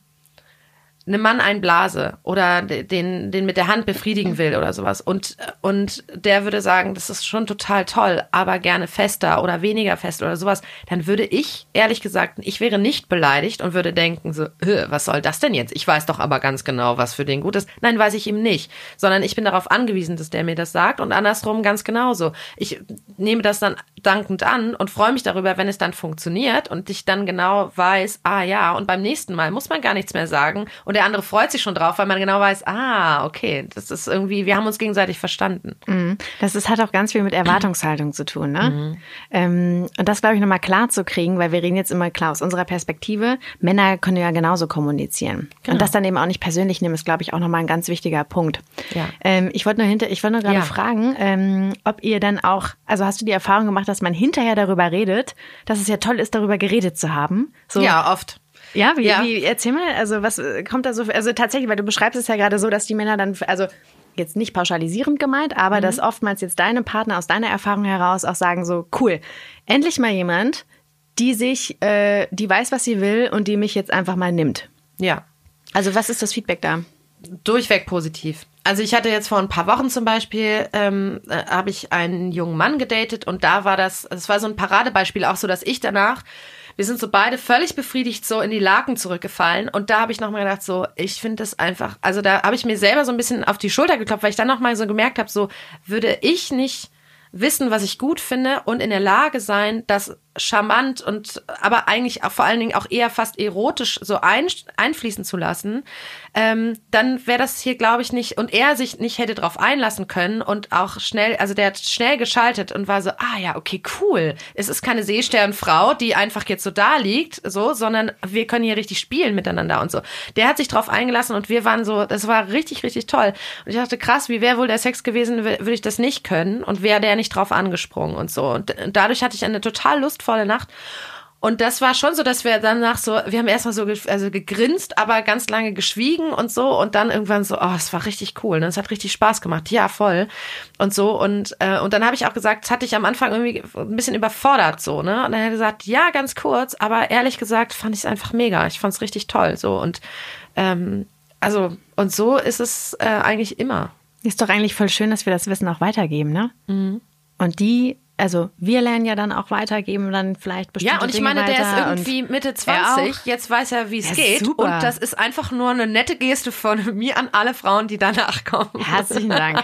einem Mann einblase oder den, den mit der Hand befriedigen will oder sowas und, und der würde sagen, das ist schon total toll, aber gerne fester oder weniger fest oder sowas, dann würde ich, ehrlich gesagt, ich wäre nicht beleidigt und würde denken so, was soll das denn jetzt? Ich weiß doch aber ganz genau, was für den gut ist. Nein, weiß ich ihm nicht, sondern ich bin darauf angewiesen, dass der mir das sagt und andersrum ganz genauso. Ich nehme das dann dankend an und freue mich darüber, wenn es dann funktioniert und ich dann genau weiß, ah ja, und beim nächsten Mal muss man gar nichts mehr sagen und der andere freut sich schon drauf, weil man genau weiß, ah, okay, das ist irgendwie, wir haben uns gegenseitig verstanden. Das ist, hat auch ganz viel mit Erwartungshaltung zu tun, ne? Mhm. Ähm, und das, glaube ich, nochmal klar zu kriegen, weil wir reden jetzt immer klar aus unserer Perspektive. Männer können ja genauso kommunizieren. Genau. Und das dann eben auch nicht persönlich nehmen, ist, glaube ich, auch nochmal ein ganz wichtiger Punkt. Ja. Ähm, ich wollte nur hinter, ich wollte nur gerade ja. fragen, ähm, ob ihr dann auch, also hast du die Erfahrung gemacht, dass man hinterher darüber redet, dass es ja toll ist, darüber geredet zu haben? So. Ja, oft. Ja, wie, ja. wie, erzähl mal, also was kommt da so, also tatsächlich, weil du beschreibst es ja gerade so, dass die Männer dann, also jetzt nicht pauschalisierend gemeint, aber mhm. dass oftmals jetzt deine Partner aus deiner Erfahrung heraus auch sagen so, cool, endlich mal jemand, die sich, äh, die weiß, was sie will und die mich jetzt einfach mal nimmt. Ja. Also was ist das Feedback da? Durchweg positiv. Also ich hatte jetzt vor ein paar Wochen zum Beispiel, ähm, äh, habe ich einen jungen Mann gedatet und da war das, das war so ein Paradebeispiel auch so, dass ich danach, wir sind so beide völlig befriedigt so in die Laken zurückgefallen und da habe ich nochmal gedacht so, ich finde das einfach, also da habe ich mir selber so ein bisschen auf die Schulter geklopft, weil ich dann nochmal so gemerkt habe, so würde ich nicht wissen, was ich gut finde und in der Lage sein, das charmant und aber eigentlich auch vor allen Dingen auch eher fast erotisch so ein, einfließen zu lassen, ähm, dann wäre das hier, glaube ich, nicht, und er sich nicht hätte drauf einlassen können und auch schnell, also der hat schnell geschaltet und war so, ah ja, okay, cool. Es ist keine Seesternfrau, die einfach jetzt so da liegt, so, sondern wir können hier richtig spielen miteinander und so. Der hat sich drauf eingelassen und wir waren so, das war richtig, richtig toll. Und ich dachte, krass, wie wäre wohl der Sex gewesen, würde ich das nicht können und wäre der nicht drauf angesprungen und so. Und dadurch hatte ich eine total lustvolle Nacht. Und das war schon so, dass wir danach so, wir haben erstmal so ge, also gegrinst, aber ganz lange geschwiegen und so und dann irgendwann so, oh, es war richtig cool, ne? Es hat richtig Spaß gemacht, ja, voll und so und äh, und dann habe ich auch gesagt, das hatte ich am Anfang irgendwie ein bisschen überfordert so, ne? Und dann hat er gesagt, ja, ganz kurz, aber ehrlich gesagt fand ich es einfach mega, ich fand es richtig toll, so und ähm, also und so ist es äh, eigentlich immer. Ist doch eigentlich voll schön, dass wir das Wissen auch weitergeben, ne? Mhm. Und die Also wir lernen ja dann auch weitergeben, dann vielleicht bestimmte Ja, und ich Dinge meine, der ist weiter irgendwie Mitte zwanzig, jetzt weiß er, wie es geht. Super. Und das ist einfach nur eine nette Geste von mir an alle Frauen, die danach kommen. Herzlichen Dank.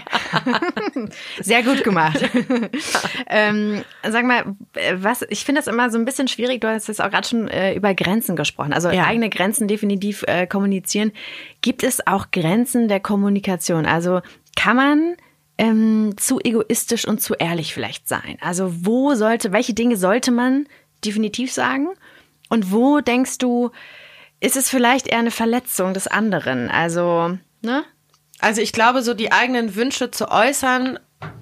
Sehr gut gemacht. ähm, sag mal, was? Ich finde das immer so ein bisschen schwierig, du hast jetzt auch gerade schon äh, über Grenzen gesprochen, also ja. eigene Grenzen definitiv äh, kommunizieren. Gibt es auch Grenzen der Kommunikation? Also kann man Ähm, zu egoistisch und zu ehrlich vielleicht sein. Also wo sollte, welche Dinge sollte man definitiv sagen? Und wo denkst du, ist es vielleicht eher eine Verletzung des anderen? Also, ne? Also ich glaube, so die eigenen Wünsche zu äußern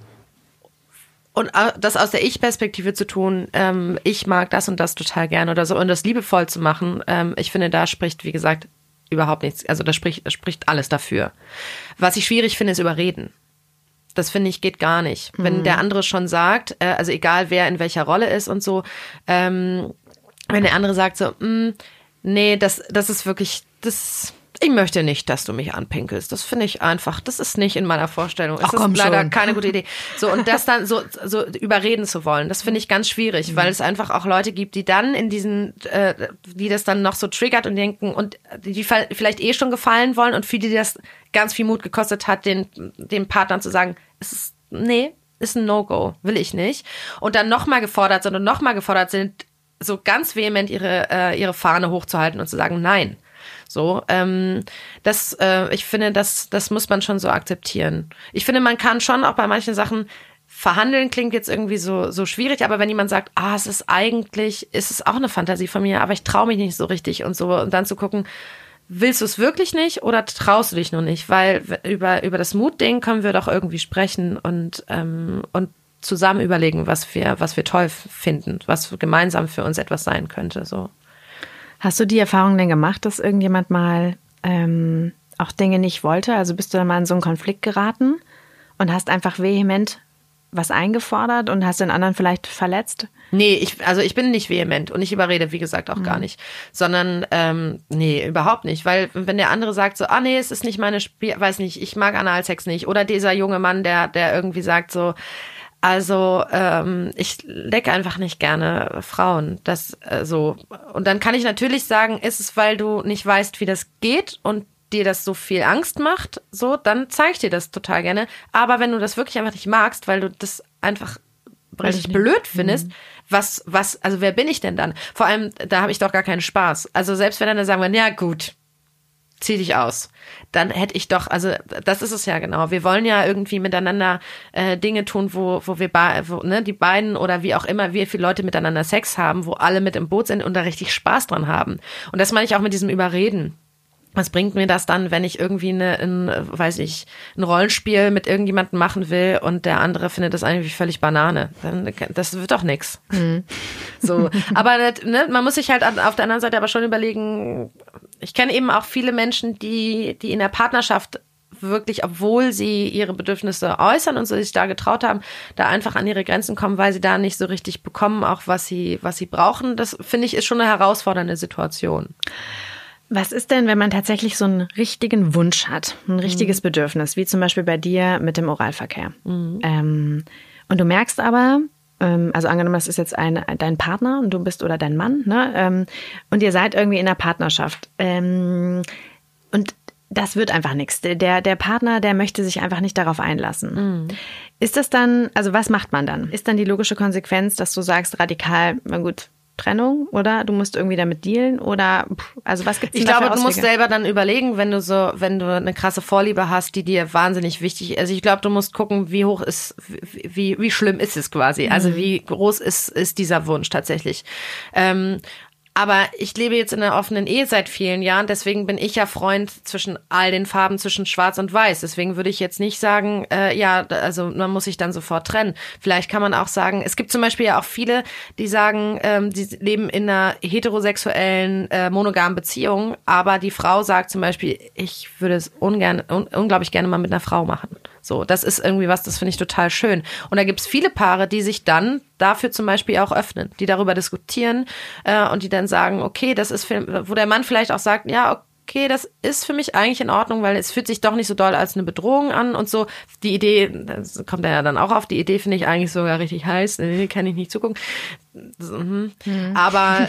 und das aus der Ich-Perspektive zu tun, ähm, ich mag das und das total gerne oder so und das liebevoll zu machen, ähm, ich finde, da spricht, wie gesagt, überhaupt nichts. Also da spricht, da spricht alles dafür. Was ich schwierig finde, ist Überreden. Das finde ich geht gar nicht. Mhm. Wenn der andere schon sagt, äh, also egal wer in welcher Rolle ist und so, ähm, wenn der andere sagt so, mh, nee, das, das ist wirklich, das, ich möchte nicht, dass du mich anpinkelst. Das finde ich einfach, das ist nicht in meiner Vorstellung. Es Ach, komm, ist leider schon. keine gute Idee. So, und das dann so, so überreden zu wollen, das finde ich ganz schwierig, mhm. weil es einfach auch Leute gibt, die dann in diesen, äh, die das dann noch so triggert und denken und die vielleicht eh schon gefallen wollen und für die das ganz viel Mut gekostet hat, den, dem Partner zu sagen, es ist, nee, ist ein No-Go, will ich nicht. Und dann nochmal gefordert sind und nochmal gefordert sind, so ganz vehement ihre, äh, ihre Fahne hochzuhalten und zu sagen, nein. So, ähm, das, äh, ich finde, das, das muss man schon so akzeptieren. Ich finde, man kann schon auch bei manchen Sachen verhandeln, klingt jetzt irgendwie so, so schwierig, aber wenn jemand sagt, ah, es ist eigentlich, ist es auch eine Fantasie von mir, aber ich traue mich nicht so richtig und so, und dann zu gucken, willst du es wirklich nicht oder traust du dich noch nicht? Weil über, über das Mutding können wir doch irgendwie sprechen und, ähm, und zusammen überlegen, was wir, was wir toll finden, was gemeinsam für uns etwas sein könnte, so. Hast du die Erfahrung denn gemacht, dass irgendjemand mal ähm, auch Dinge nicht wollte? Also bist du dann mal in so einen Konflikt geraten und hast einfach vehement was eingefordert und hast den anderen vielleicht verletzt? Nee, ich, also ich bin nicht vehement und ich überrede, wie gesagt, auch mhm. gar nicht. Sondern, ähm, nee, überhaupt nicht. Weil wenn der andere sagt so, ah nee, es ist nicht meine Spiel, weiß nicht, ich mag Analsex nicht. Oder dieser junge Mann, der, der irgendwie sagt so, also ähm, ich lecke einfach nicht gerne Frauen. Das äh, so. Und dann kann ich natürlich sagen, ist es, weil du nicht weißt, wie das geht und dir das so viel Angst macht, so, dann zeige ich dir das total gerne. Aber wenn du das wirklich einfach nicht magst, weil du das einfach richtig blöd findest, mhm. was, was, also wer bin ich denn dann? Vor allem, da habe ich doch gar keinen Spaß. Also selbst wenn dann sagen wir, ja gut, zieh dich aus. Dann hätte ich doch, also das ist es ja genau. Wir wollen ja irgendwie miteinander äh, Dinge tun, wo wo wir ba- wo, ne, die beiden oder wie auch immer, wie viele Leute miteinander Sex haben, wo alle mit im Boot sind und da richtig Spaß dran haben. Und das meine ich auch mit diesem Überreden. Was bringt mir das dann, wenn ich irgendwie eine, ein, weiß ich, ein Rollenspiel mit irgendjemandem machen will und der andere findet das eigentlich völlig Banane? Dann, das wird doch nix. Mhm. So, aber ne, man muss sich halt auf der anderen Seite aber schon überlegen. Ich kenne eben auch viele Menschen, die, die in der Partnerschaft wirklich, obwohl sie ihre Bedürfnisse äußern und so sich da getraut haben, da einfach an ihre Grenzen kommen, weil sie da nicht so richtig bekommen, auch was sie, was sie brauchen. Das finde ich ist schon eine herausfordernde Situation. Was ist denn, wenn man tatsächlich so einen richtigen Wunsch hat, ein richtiges mhm. Bedürfnis, wie zum Beispiel bei dir mit dem Oralverkehr? Mhm. Ähm, und du merkst aber, ähm, also angenommen, das ist jetzt ein, dein Partner und du bist oder dein Mann, ne? Ähm, und ihr seid irgendwie in einer Partnerschaft. Ähm, und das wird einfach nichts. Der, der Partner, der möchte sich einfach nicht darauf einlassen. Mhm. Ist das dann, also was macht man dann? Ist dann die logische Konsequenz, dass du sagst, radikal, na gut, Trennung, oder du musst irgendwie damit dealen, oder also was gibt's denn da für Ich glaube, du Auswege? musst selber dann überlegen, wenn du so, wenn du eine krasse Vorliebe hast, die dir wahnsinnig wichtig ist. Also ich glaube, du musst gucken, wie hoch ist, wie wie schlimm ist es quasi. Mhm. Also wie groß ist ist dieser Wunsch tatsächlich. Ähm, Aber ich lebe jetzt in einer offenen Ehe seit vielen Jahren, deswegen bin ich ja Freund zwischen all den Farben, zwischen Schwarz und Weiß. Deswegen würde ich jetzt nicht sagen, äh, ja, also man muss sich dann sofort trennen. Vielleicht kann man auch sagen, es gibt zum Beispiel ja auch viele, die sagen, ähm, die leben in einer heterosexuellen, äh, monogamen Beziehung, aber die Frau sagt zum Beispiel, ich würde es ungern, un- unglaublich gerne mal mit einer Frau machen. So, das ist irgendwie was, das finde ich total schön. Und da gibt es viele Paare, die sich dann dafür zum Beispiel auch öffnen, die darüber diskutieren äh, und die dann sagen, okay, das ist, für, wo der Mann vielleicht auch sagt, ja, okay, das ist für mich eigentlich in Ordnung, weil es fühlt sich doch nicht so doll als eine Bedrohung an und so. Die Idee, das kommt ja dann auch auf, die Idee finde ich eigentlich sogar richtig heiß, nee, kann ich nicht zugucken. Mhm. Mhm. Aber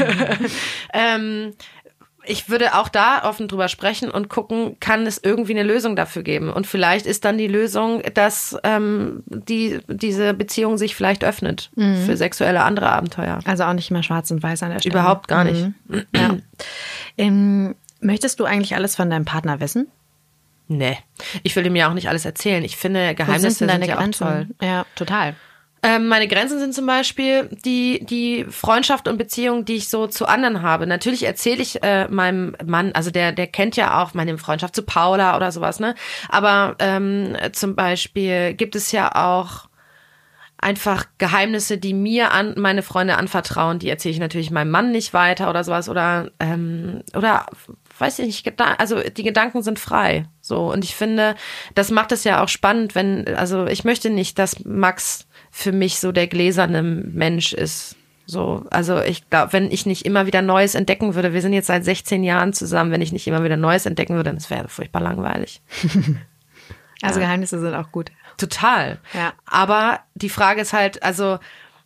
ähm, ich würde auch da offen drüber sprechen und gucken, kann es irgendwie eine Lösung dafür geben? Und vielleicht ist dann die Lösung, dass ähm, die diese Beziehung sich vielleicht öffnet mhm. für sexuelle andere Abenteuer. Also auch nicht immer schwarz und weiß an der Stelle. Überhaupt gar nicht. Mhm. Ja. ähm, möchtest du eigentlich alles von deinem Partner wissen? Nee. Ich will ihm ja auch nicht alles erzählen. Ich finde, Geheimnisse sind, sind ja auch toll. Ja, total. Meine Grenzen sind zum Beispiel die die Freundschaft und Beziehung, die ich so zu anderen habe. Natürlich erzähle ich äh, meinem Mann, also der der kennt ja auch meine Freundschaft zu Paula oder sowas, ne? Aber ähm, zum Beispiel gibt es ja auch einfach Geheimnisse, die mir an meine Freunde anvertrauen. Die erzähle ich natürlich meinem Mann nicht weiter oder sowas oder ähm, oder weiß ich nicht, also die Gedanken sind frei. So, und ich finde, das macht es ja auch spannend, wenn, also ich möchte nicht, dass Max für mich so der gläserne Mensch ist. So, also ich glaube, wenn ich nicht immer wieder Neues entdecken würde, wir sind jetzt seit sechzehn Jahren zusammen, wenn ich nicht immer wieder Neues entdecken würde, dann wäre das furchtbar langweilig. Also ja. Geheimnisse sind auch gut. Total. Ja. Aber die Frage ist halt, also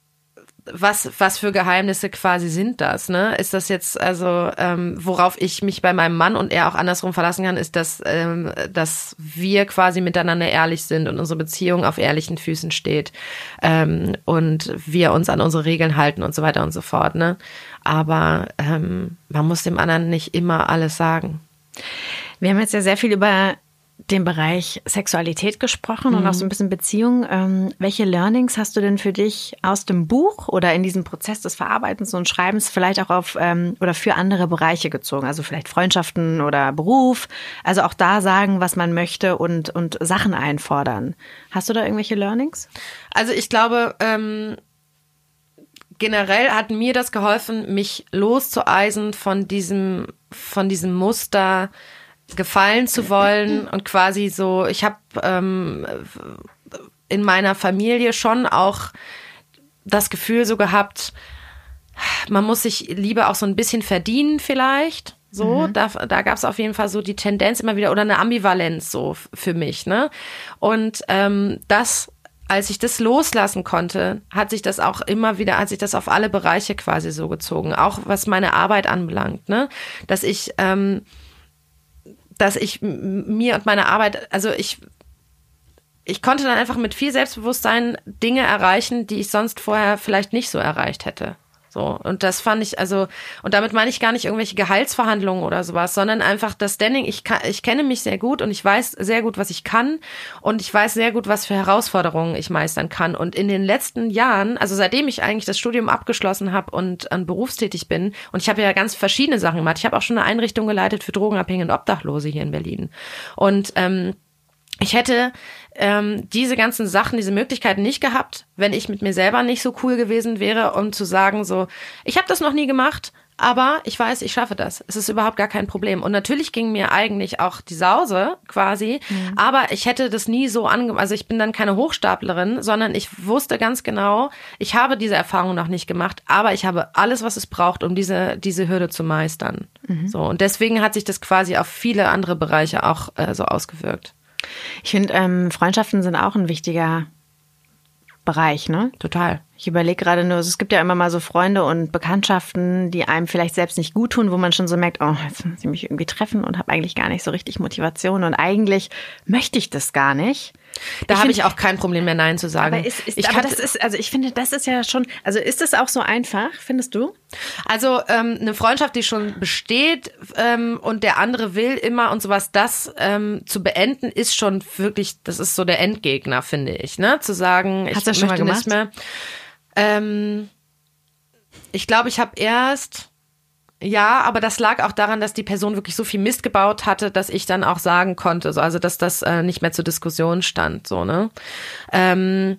was was für Geheimnisse quasi sind das, ne? Ist das jetzt, also ähm, worauf ich mich bei meinem Mann und er auch andersrum verlassen kann, ist, dass ähm, dass wir quasi miteinander ehrlich sind und unsere Beziehung auf ehrlichen Füßen steht ähm, und wir uns an unsere Regeln halten und so weiter und so fort, ne? Aber ähm, man muss dem anderen nicht immer alles sagen. Wir haben jetzt ja sehr viel über den Bereich Sexualität gesprochen und Mhm. auch so ein bisschen Beziehung. Ähm, welche Learnings hast du denn für dich aus dem Buch oder in diesem Prozess des Verarbeitens und Schreibens vielleicht auch auf ähm, oder für andere Bereiche gezogen? Also vielleicht Freundschaften oder Beruf. Also auch da sagen, was man möchte und, und Sachen einfordern. Hast du da irgendwelche Learnings? Also ich glaube, ähm, generell hat mir das geholfen, mich loszueisen von diesem, von diesem Muster, gefallen zu wollen und quasi so, ich habe ähm, in meiner Familie schon auch das Gefühl so gehabt, man muss sich Liebe auch so ein bisschen verdienen vielleicht. So, mhm. da, da gab es auf jeden Fall so die Tendenz immer wieder oder eine Ambivalenz so für mich, ne? Und ähm, das, als ich das loslassen konnte, hat sich das auch immer wieder, hat sich das auf alle Bereiche quasi so gezogen, auch was meine Arbeit anbelangt, ne? Dass ich ähm, dass ich mir und meine Arbeit, also ich, ich konnte dann einfach mit viel Selbstbewusstsein Dinge erreichen, die ich sonst vorher vielleicht nicht so erreicht hätte. So, und das fand ich, also, und damit meine ich gar nicht irgendwelche Gehaltsverhandlungen oder sowas, sondern einfach das Standing, ich kann, ich kenne mich sehr gut und ich weiß sehr gut, was ich kann und ich weiß sehr gut, was für Herausforderungen ich meistern kann. Und in den letzten Jahren, also seitdem ich eigentlich das Studium abgeschlossen habe und an berufstätig bin, und ich habe ja ganz verschiedene Sachen gemacht, ich habe auch schon eine Einrichtung geleitet für Drogenabhängige und Obdachlose hier in Berlin. Und ähm, ich hätte ähm, diese ganzen Sachen, diese Möglichkeiten nicht gehabt, wenn ich mit mir selber nicht so cool gewesen wäre, um zu sagen so, ich habe das noch nie gemacht, aber ich weiß, ich schaffe das. Es ist überhaupt gar kein Problem. Und natürlich ging mir eigentlich auch die Sause quasi, mhm. aber ich hätte das nie so ange... Also ich bin dann keine Hochstaplerin, sondern ich wusste ganz genau, ich habe diese Erfahrung noch nicht gemacht, aber ich habe alles, was es braucht, um diese diese Hürde zu meistern. Mhm. So, und deswegen hat sich das quasi auf viele andere Bereiche auch äh, so ausgewirkt. Ich finde, ähm, Freundschaften sind auch ein wichtiger Bereich, ne? Total. Ich überlege gerade nur, es gibt ja immer mal so Freunde und Bekanntschaften, die einem vielleicht selbst nicht gut tun, wo man schon so merkt, oh, jetzt muss ich mich irgendwie treffen und habe eigentlich gar nicht so richtig Motivation und eigentlich möchte ich das gar nicht. Da habe ich auch kein Problem mehr, Nein zu sagen. Aber, ist, ist, ich aber kann, das ist, also ich finde, das ist ja schon, also ist das auch so einfach, findest du? Also ähm, eine Freundschaft, die schon besteht ähm, und der andere will immer und sowas, das ähm, zu beenden, ist schon wirklich, das ist so der Endgegner, finde ich, ne? Zu sagen, ich Hast du das schon möchte mal nicht mehr. Ähm, ich glaube, ich habe erst... Ja, aber das lag auch daran, dass die Person wirklich so viel Mist gebaut hatte, dass ich dann auch sagen konnte, so, also dass das äh, nicht mehr zur Diskussion stand, so, ne? Ähm,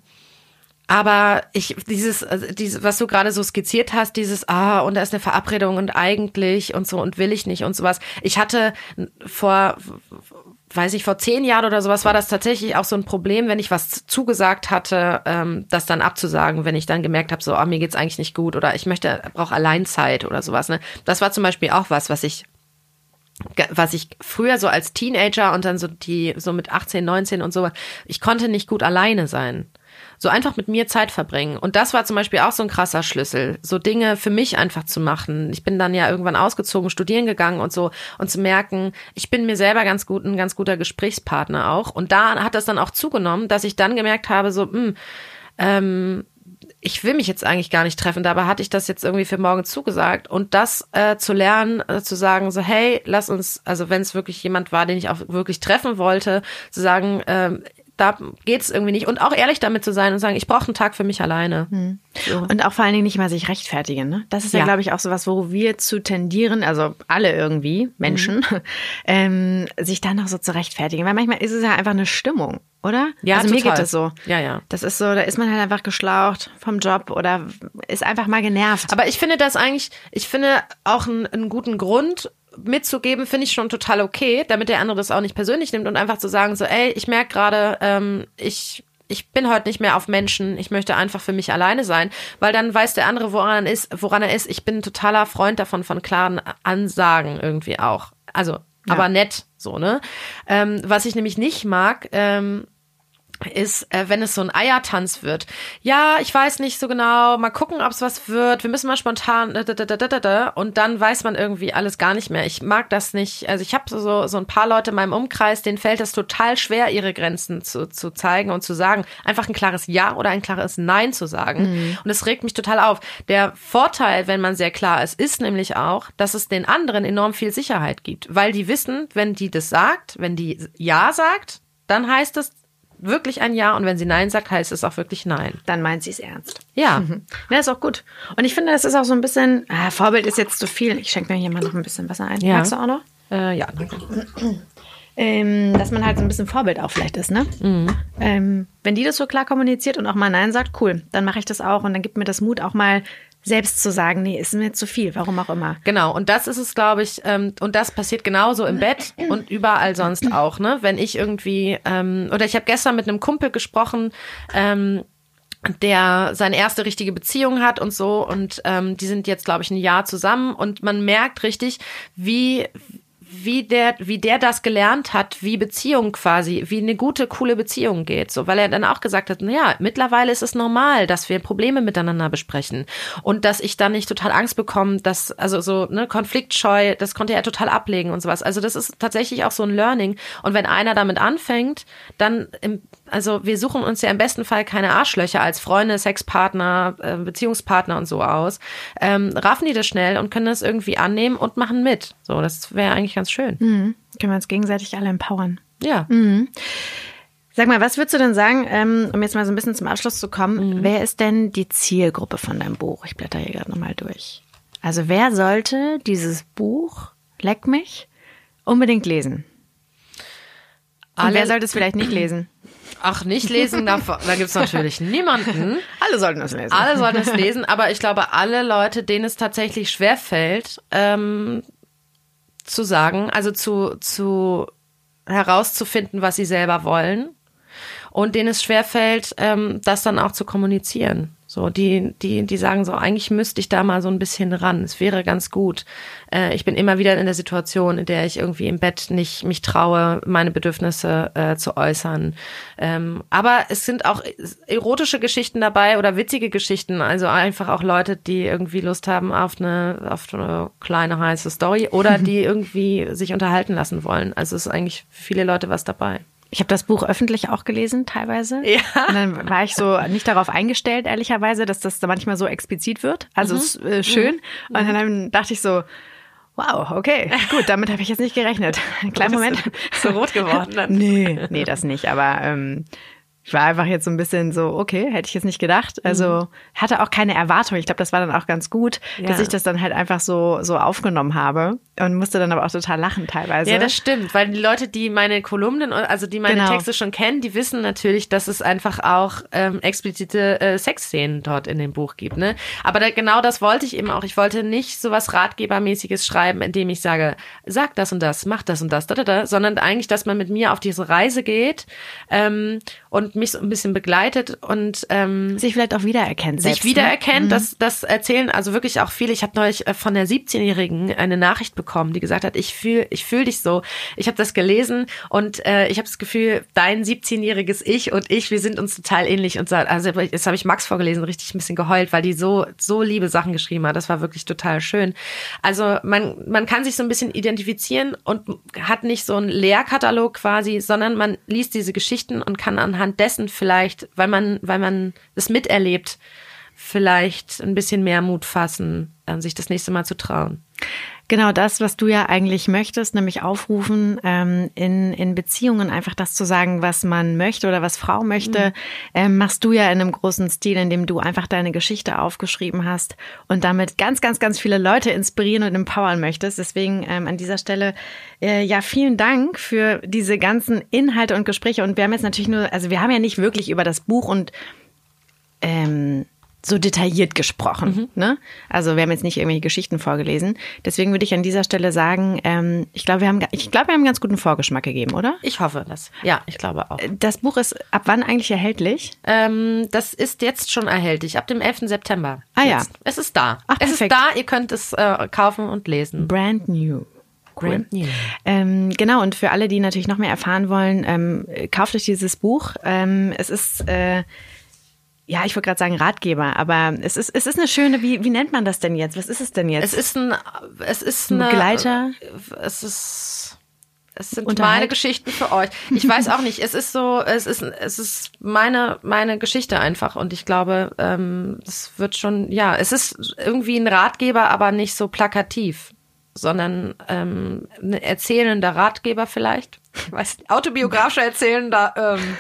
aber ich, dieses, also dieses, was du gerade so skizziert hast, dieses, ah, und da ist eine Verabredung und eigentlich und so und will ich nicht und sowas. Ich hatte vor, weiß ich, vor zehn Jahren oder sowas war das tatsächlich auch so ein Problem, wenn ich was zugesagt hatte, ähm, das dann abzusagen, wenn ich dann gemerkt habe, so, ah, mir geht's eigentlich nicht gut oder ich möchte, brauche Alleinzeit oder sowas, ne? Das war zum Beispiel auch was, was ich was ich früher so als Teenager und dann so die, so mit achtzehn, neunzehn und so, ich konnte nicht gut alleine sein. So einfach mit mir Zeit verbringen. Und das war zum Beispiel auch so ein krasser Schlüssel, so Dinge für mich einfach zu machen. Ich bin dann ja irgendwann ausgezogen, studieren gegangen und so und zu merken, ich bin mir selber ganz gut, ein ganz guter Gesprächspartner auch. Und da hat das dann auch zugenommen, dass ich dann gemerkt habe, so, mh, ähm, ich will mich jetzt eigentlich gar nicht treffen, dabei hatte ich das jetzt irgendwie für morgen zugesagt und das äh, zu lernen, äh, zu sagen so, hey, lass uns, also wenn es wirklich jemand war, den ich auch wirklich treffen wollte, zu sagen, ähm, da geht es irgendwie nicht und auch ehrlich damit zu sein und sagen, ich brauche einen Tag für mich alleine. Hm. So. Und auch vor allen Dingen nicht mal sich rechtfertigen, ne? Das ist ja, ja glaube ich, auch sowas, wo wir zu tendieren, also alle irgendwie, Menschen, mhm. ähm, sich dann noch so zu rechtfertigen, weil manchmal ist es ja einfach eine Stimmung. Oder? Ja, also total. Mir geht es so. Ja, ja. Das ist so, da ist man halt einfach geschlaucht vom Job oder ist einfach mal genervt. Aber ich finde das eigentlich, ich finde auch einen, einen guten Grund mitzugeben, finde ich schon total okay, damit der andere das auch nicht persönlich nimmt und einfach zu sagen so, ey, ich merke gerade, ähm, ich ich bin heute nicht mehr auf Menschen, ich möchte einfach für mich alleine sein, weil dann weiß der andere, woran er ist, woran er ist. Ich bin ein totaler Freund davon, von klaren Ansagen irgendwie auch. Also, ja. aber nett, so, ne? Ähm, was ich nämlich nicht mag, ähm, ist, äh, wenn es so ein Eiertanz wird. Ja, ich weiß nicht so genau, mal gucken, ob es was wird. Wir müssen mal spontan da, da, da, da, da, und dann weiß man irgendwie alles gar nicht mehr. Ich mag das nicht. Also ich habe so so ein paar Leute in meinem Umkreis, denen fällt es total schwer, ihre Grenzen zu, zu zeigen und zu sagen. Einfach ein klares Ja oder ein klares Nein zu sagen. Mhm. Und es regt mich total auf. Der Vorteil, wenn man sehr klar ist, ist nämlich auch, dass es den anderen enorm viel Sicherheit gibt. Weil die wissen, wenn die das sagt, wenn die Ja sagt, dann heißt es wirklich ein Ja, und wenn sie Nein sagt, heißt es auch wirklich Nein. Dann meint sie es ernst. Ja. Mhm. Ja, ist auch gut. Und ich finde, das ist auch so ein bisschen, ah, Vorbild ist jetzt zu viel. Ich schenke mir hier mal noch ein bisschen Wasser ein. Ja. Magst du auch noch? Äh, ja, danke. Ähm, dass man halt so ein bisschen Vorbild auch vielleicht ist, ne? Mhm. Ähm, wenn die das so klar kommuniziert und auch mal Nein sagt, cool, dann mache ich das auch und dann gibt mir das Mut, auch mal selbst zu sagen, nee, ist mir zu viel, warum auch immer. Genau, und das ist es, glaube ich, ähm, und das passiert genauso im Bett und überall sonst auch, ne? Wenn ich irgendwie, ähm, oder ich habe gestern mit einem Kumpel gesprochen, ähm, der seine erste richtige Beziehung hat und so, und ähm, die sind jetzt, glaube ich, ein Jahr zusammen, und man merkt richtig, wie wie der, wie der das gelernt hat, wie Beziehung quasi, wie eine gute, coole Beziehung geht. So, weil er dann auch gesagt hat, naja, mittlerweile ist es normal, dass wir Probleme miteinander besprechen. Und dass ich dann nicht total Angst bekomme, dass, also so, ne, konfliktscheu, das konnte er total ablegen und sowas. Also das ist tatsächlich auch so ein Learning. Und wenn einer damit anfängt, dann, im, also wir suchen uns ja im besten Fall keine Arschlöcher als Freunde, Sexpartner, äh, Beziehungspartner und so aus, ähm, raffen die das schnell und können das irgendwie annehmen und machen mit. So, das wäre eigentlich ganz schön. Mhm. Können wir uns gegenseitig alle empowern. Ja. Mhm. Sag mal, was würdest du denn sagen, ähm, um jetzt mal so ein bisschen zum Abschluss zu kommen, mhm. wer ist denn die Zielgruppe von deinem Buch? Ich blätter hier gerade nochmal durch. Also wer sollte dieses Buch, Leck mich, unbedingt lesen? Und alle, wer sollte es vielleicht nicht lesen? Ach, nicht lesen, da, da gibt es natürlich niemanden. Alle sollten es lesen. Alle sollten es lesen, aber ich glaube, alle Leute, denen es tatsächlich schwerfällt, ähm, zu sagen, also zu, zu herauszufinden, was sie selber wollen, und denen es schwerfällt, ähm, das dann auch zu kommunizieren. So, die, die, die sagen so, eigentlich müsste ich da mal so ein bisschen ran. Es wäre ganz gut. Äh, ich bin immer wieder in der Situation, in der ich irgendwie im Bett nicht mich traue, meine Bedürfnisse äh, zu äußern. Ähm, aber es sind auch erotische Geschichten dabei oder witzige Geschichten. Also einfach auch Leute, die irgendwie Lust haben auf eine, auf eine kleine heiße Story oder die irgendwie sich unterhalten lassen wollen. Also es ist eigentlich für viele Leute was dabei. Ich habe das Buch öffentlich auch gelesen, teilweise. Ja. Und dann war ich so nicht darauf eingestellt, ehrlicherweise, dass das da manchmal so explizit wird. Also mhm. ist äh, schön. Mhm. Und dann dachte ich so, wow, okay, gut, damit habe ich jetzt nicht gerechnet. Kleinen Moment. So rot geworden dann. Nee, nee, das nicht. Aber ähm, ich war einfach jetzt so ein bisschen so, okay, hätte ich jetzt nicht gedacht. Also hatte auch keine Erwartung. Ich glaube, das war dann auch ganz gut, ja. dass ich das dann halt einfach so so aufgenommen habe und musste dann aber auch total lachen teilweise. Ja, das stimmt, weil die Leute, die meine Kolumnen, also die meine genau. Texte schon kennen, die wissen natürlich, dass es einfach auch ähm, explizite äh, Sexszenen dort in dem Buch gibt. Ne? Aber da, genau das wollte ich eben auch. Ich wollte nicht so was Ratgebermäßiges schreiben, indem ich sage, sag das und das, mach das und das, da, da, da, sondern eigentlich, dass man mit mir auf diese Reise geht ähm, und mich so ein bisschen begleitet und ähm, sich vielleicht auch wiedererkennt. Sich selbst, wiedererkennt, ne? das, das erzählen also wirklich auch viele. Ich habe neulich von der siebzehnjährigen eine Nachricht bekommen, die gesagt hat, ich fühle ich fühl dich so. Ich habe das gelesen und äh, ich habe das Gefühl, dein siebzehnjähriges Ich und ich, wir sind uns total ähnlich. Und so, also jetzt habe ich Max vorgelesen, richtig ein bisschen geheult, weil die so so liebe Sachen geschrieben hat. Das war wirklich total schön. Also man man kann sich so ein bisschen identifizieren und hat nicht so einen Lehrkatalog quasi, sondern man liest diese Geschichten und kann anhand dessen vielleicht, weil man, weil man es miterlebt, vielleicht ein bisschen mehr Mut fassen, sich das nächste Mal zu trauen. Genau das, was du ja eigentlich möchtest, nämlich aufrufen, ähm, in, in Beziehungen einfach das zu sagen, was man möchte oder was Frau möchte, mhm. ähm, machst du ja in einem großen Stil, indem du einfach deine Geschichte aufgeschrieben hast und damit ganz, ganz, ganz viele Leute inspirieren und empowern möchtest. Deswegen ähm, an dieser Stelle, äh, ja, vielen Dank für diese ganzen Inhalte und Gespräche. Und wir haben jetzt natürlich nur, also wir haben ja nicht wirklich über das Buch und ähm, so detailliert gesprochen. Mhm. Ne? Also wir haben jetzt nicht irgendwelche Geschichten vorgelesen. Deswegen würde ich an dieser Stelle sagen, ähm, ich glaube, wir haben, ich glaube, wir haben einen ganz guten Vorgeschmack gegeben, oder? Ich hoffe das. Ja, ich glaube auch. Das Buch ist ab wann eigentlich erhältlich? Ähm, das ist jetzt schon erhältlich, ab dem elften September. Ah jetzt. ja. Es ist da. Ach, es perfekt. ist da, ihr könnt es äh, kaufen und lesen. Brand new. Cool. Brand new. Ähm, genau, und für alle, die natürlich noch mehr erfahren wollen, ähm, kauft euch dieses Buch. Ähm, es ist... Äh, Ja, ich wollte gerade sagen Ratgeber, aber es ist es ist eine schöne, wie wie nennt man das denn jetzt? Was ist es denn jetzt? Es ist ein es ist ein eine, Begleiter. Es ist es sind Unterhalt? meine Geschichten für euch. Ich weiß auch nicht, es ist so, es ist es ist meine meine Geschichte einfach und ich glaube, ähm, es wird schon, ja, es ist irgendwie ein Ratgeber, aber nicht so plakativ, sondern ähm, ein erzählender Ratgeber vielleicht. Ich weiß nicht, autobiografischer erzählender ähm,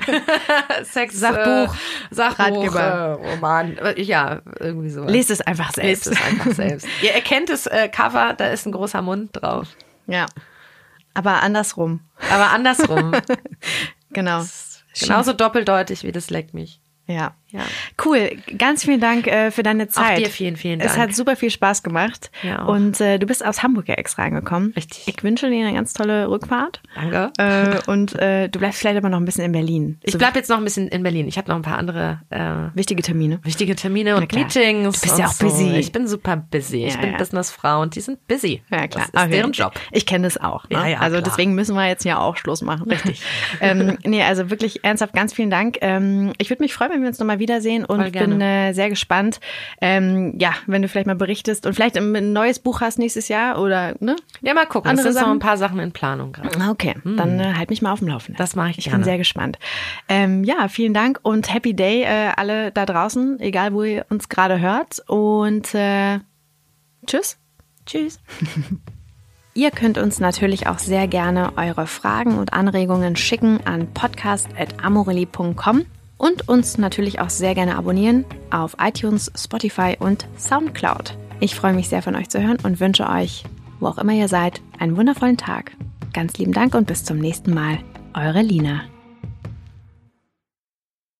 Sex Sachbuch, äh, Sachbuch, Ratgeber. äh, Roman, äh, ja, irgendwie so. Lest es einfach selbst. Lest es einfach selbst. Ihr erkennt das äh, Cover, da ist ein großer Mund drauf. Ja, aber andersrum. Aber andersrum. Genau. Genauso doppeldeutig wie das Leck mich. Ja. Ja. Cool. Ganz vielen Dank äh, für deine Zeit. Auch dir vielen, vielen Dank. Es hat super viel Spaß gemacht. Ja, auch. Und äh, du bist aus Hamburg ja extra reingekommen. Richtig. Ich wünsche dir eine ganz tolle Rückfahrt. Danke. Äh, und äh, du bleibst vielleicht aber noch ein bisschen in Berlin. Ich So bleib jetzt noch ein bisschen in Berlin. Ich habe noch ein paar andere äh, wichtige Termine. wichtige Termine und klar. Meetings. Du bist und ja auch so. busy. Ich bin super busy. Ich Ja, bin ja. Businessfrau und die sind busy. Ja, klar. Das ist Okay. deren Job. Ich kenne das auch. Ne? Ja, ja, also klar. deswegen müssen wir jetzt ja auch Schluss machen. Richtig. ähm, nee, also wirklich ernsthaft, ganz vielen Dank. Ähm, ich würde mich freuen, wenn wir uns nochmal wiedersehen und Voll gerne. bin äh, sehr gespannt. Ähm, ja, wenn du vielleicht mal berichtest und vielleicht ein neues Buch hast nächstes Jahr oder, ne? Ja, mal gucken. Andere es sind Sachen? noch ein paar Sachen in Planung gerade. Okay, dann äh, halt mich mal auf dem Laufenden. Das mache ich Ich gerne. bin sehr gespannt. Ähm, ja, vielen Dank und Happy Day äh, alle da draußen, egal wo ihr uns gerade hört. Und äh, tschüss. Tschüss. Ihr könnt uns natürlich auch sehr gerne eure Fragen und Anregungen schicken an podcast at amorelie punkt com und uns natürlich auch sehr gerne abonnieren auf iTunes, Spotify und Soundcloud. Ich freue mich sehr von euch zu hören und wünsche euch, wo auch immer ihr seid, einen wundervollen Tag. Ganz lieben Dank und bis zum nächsten Mal. Eure Lina.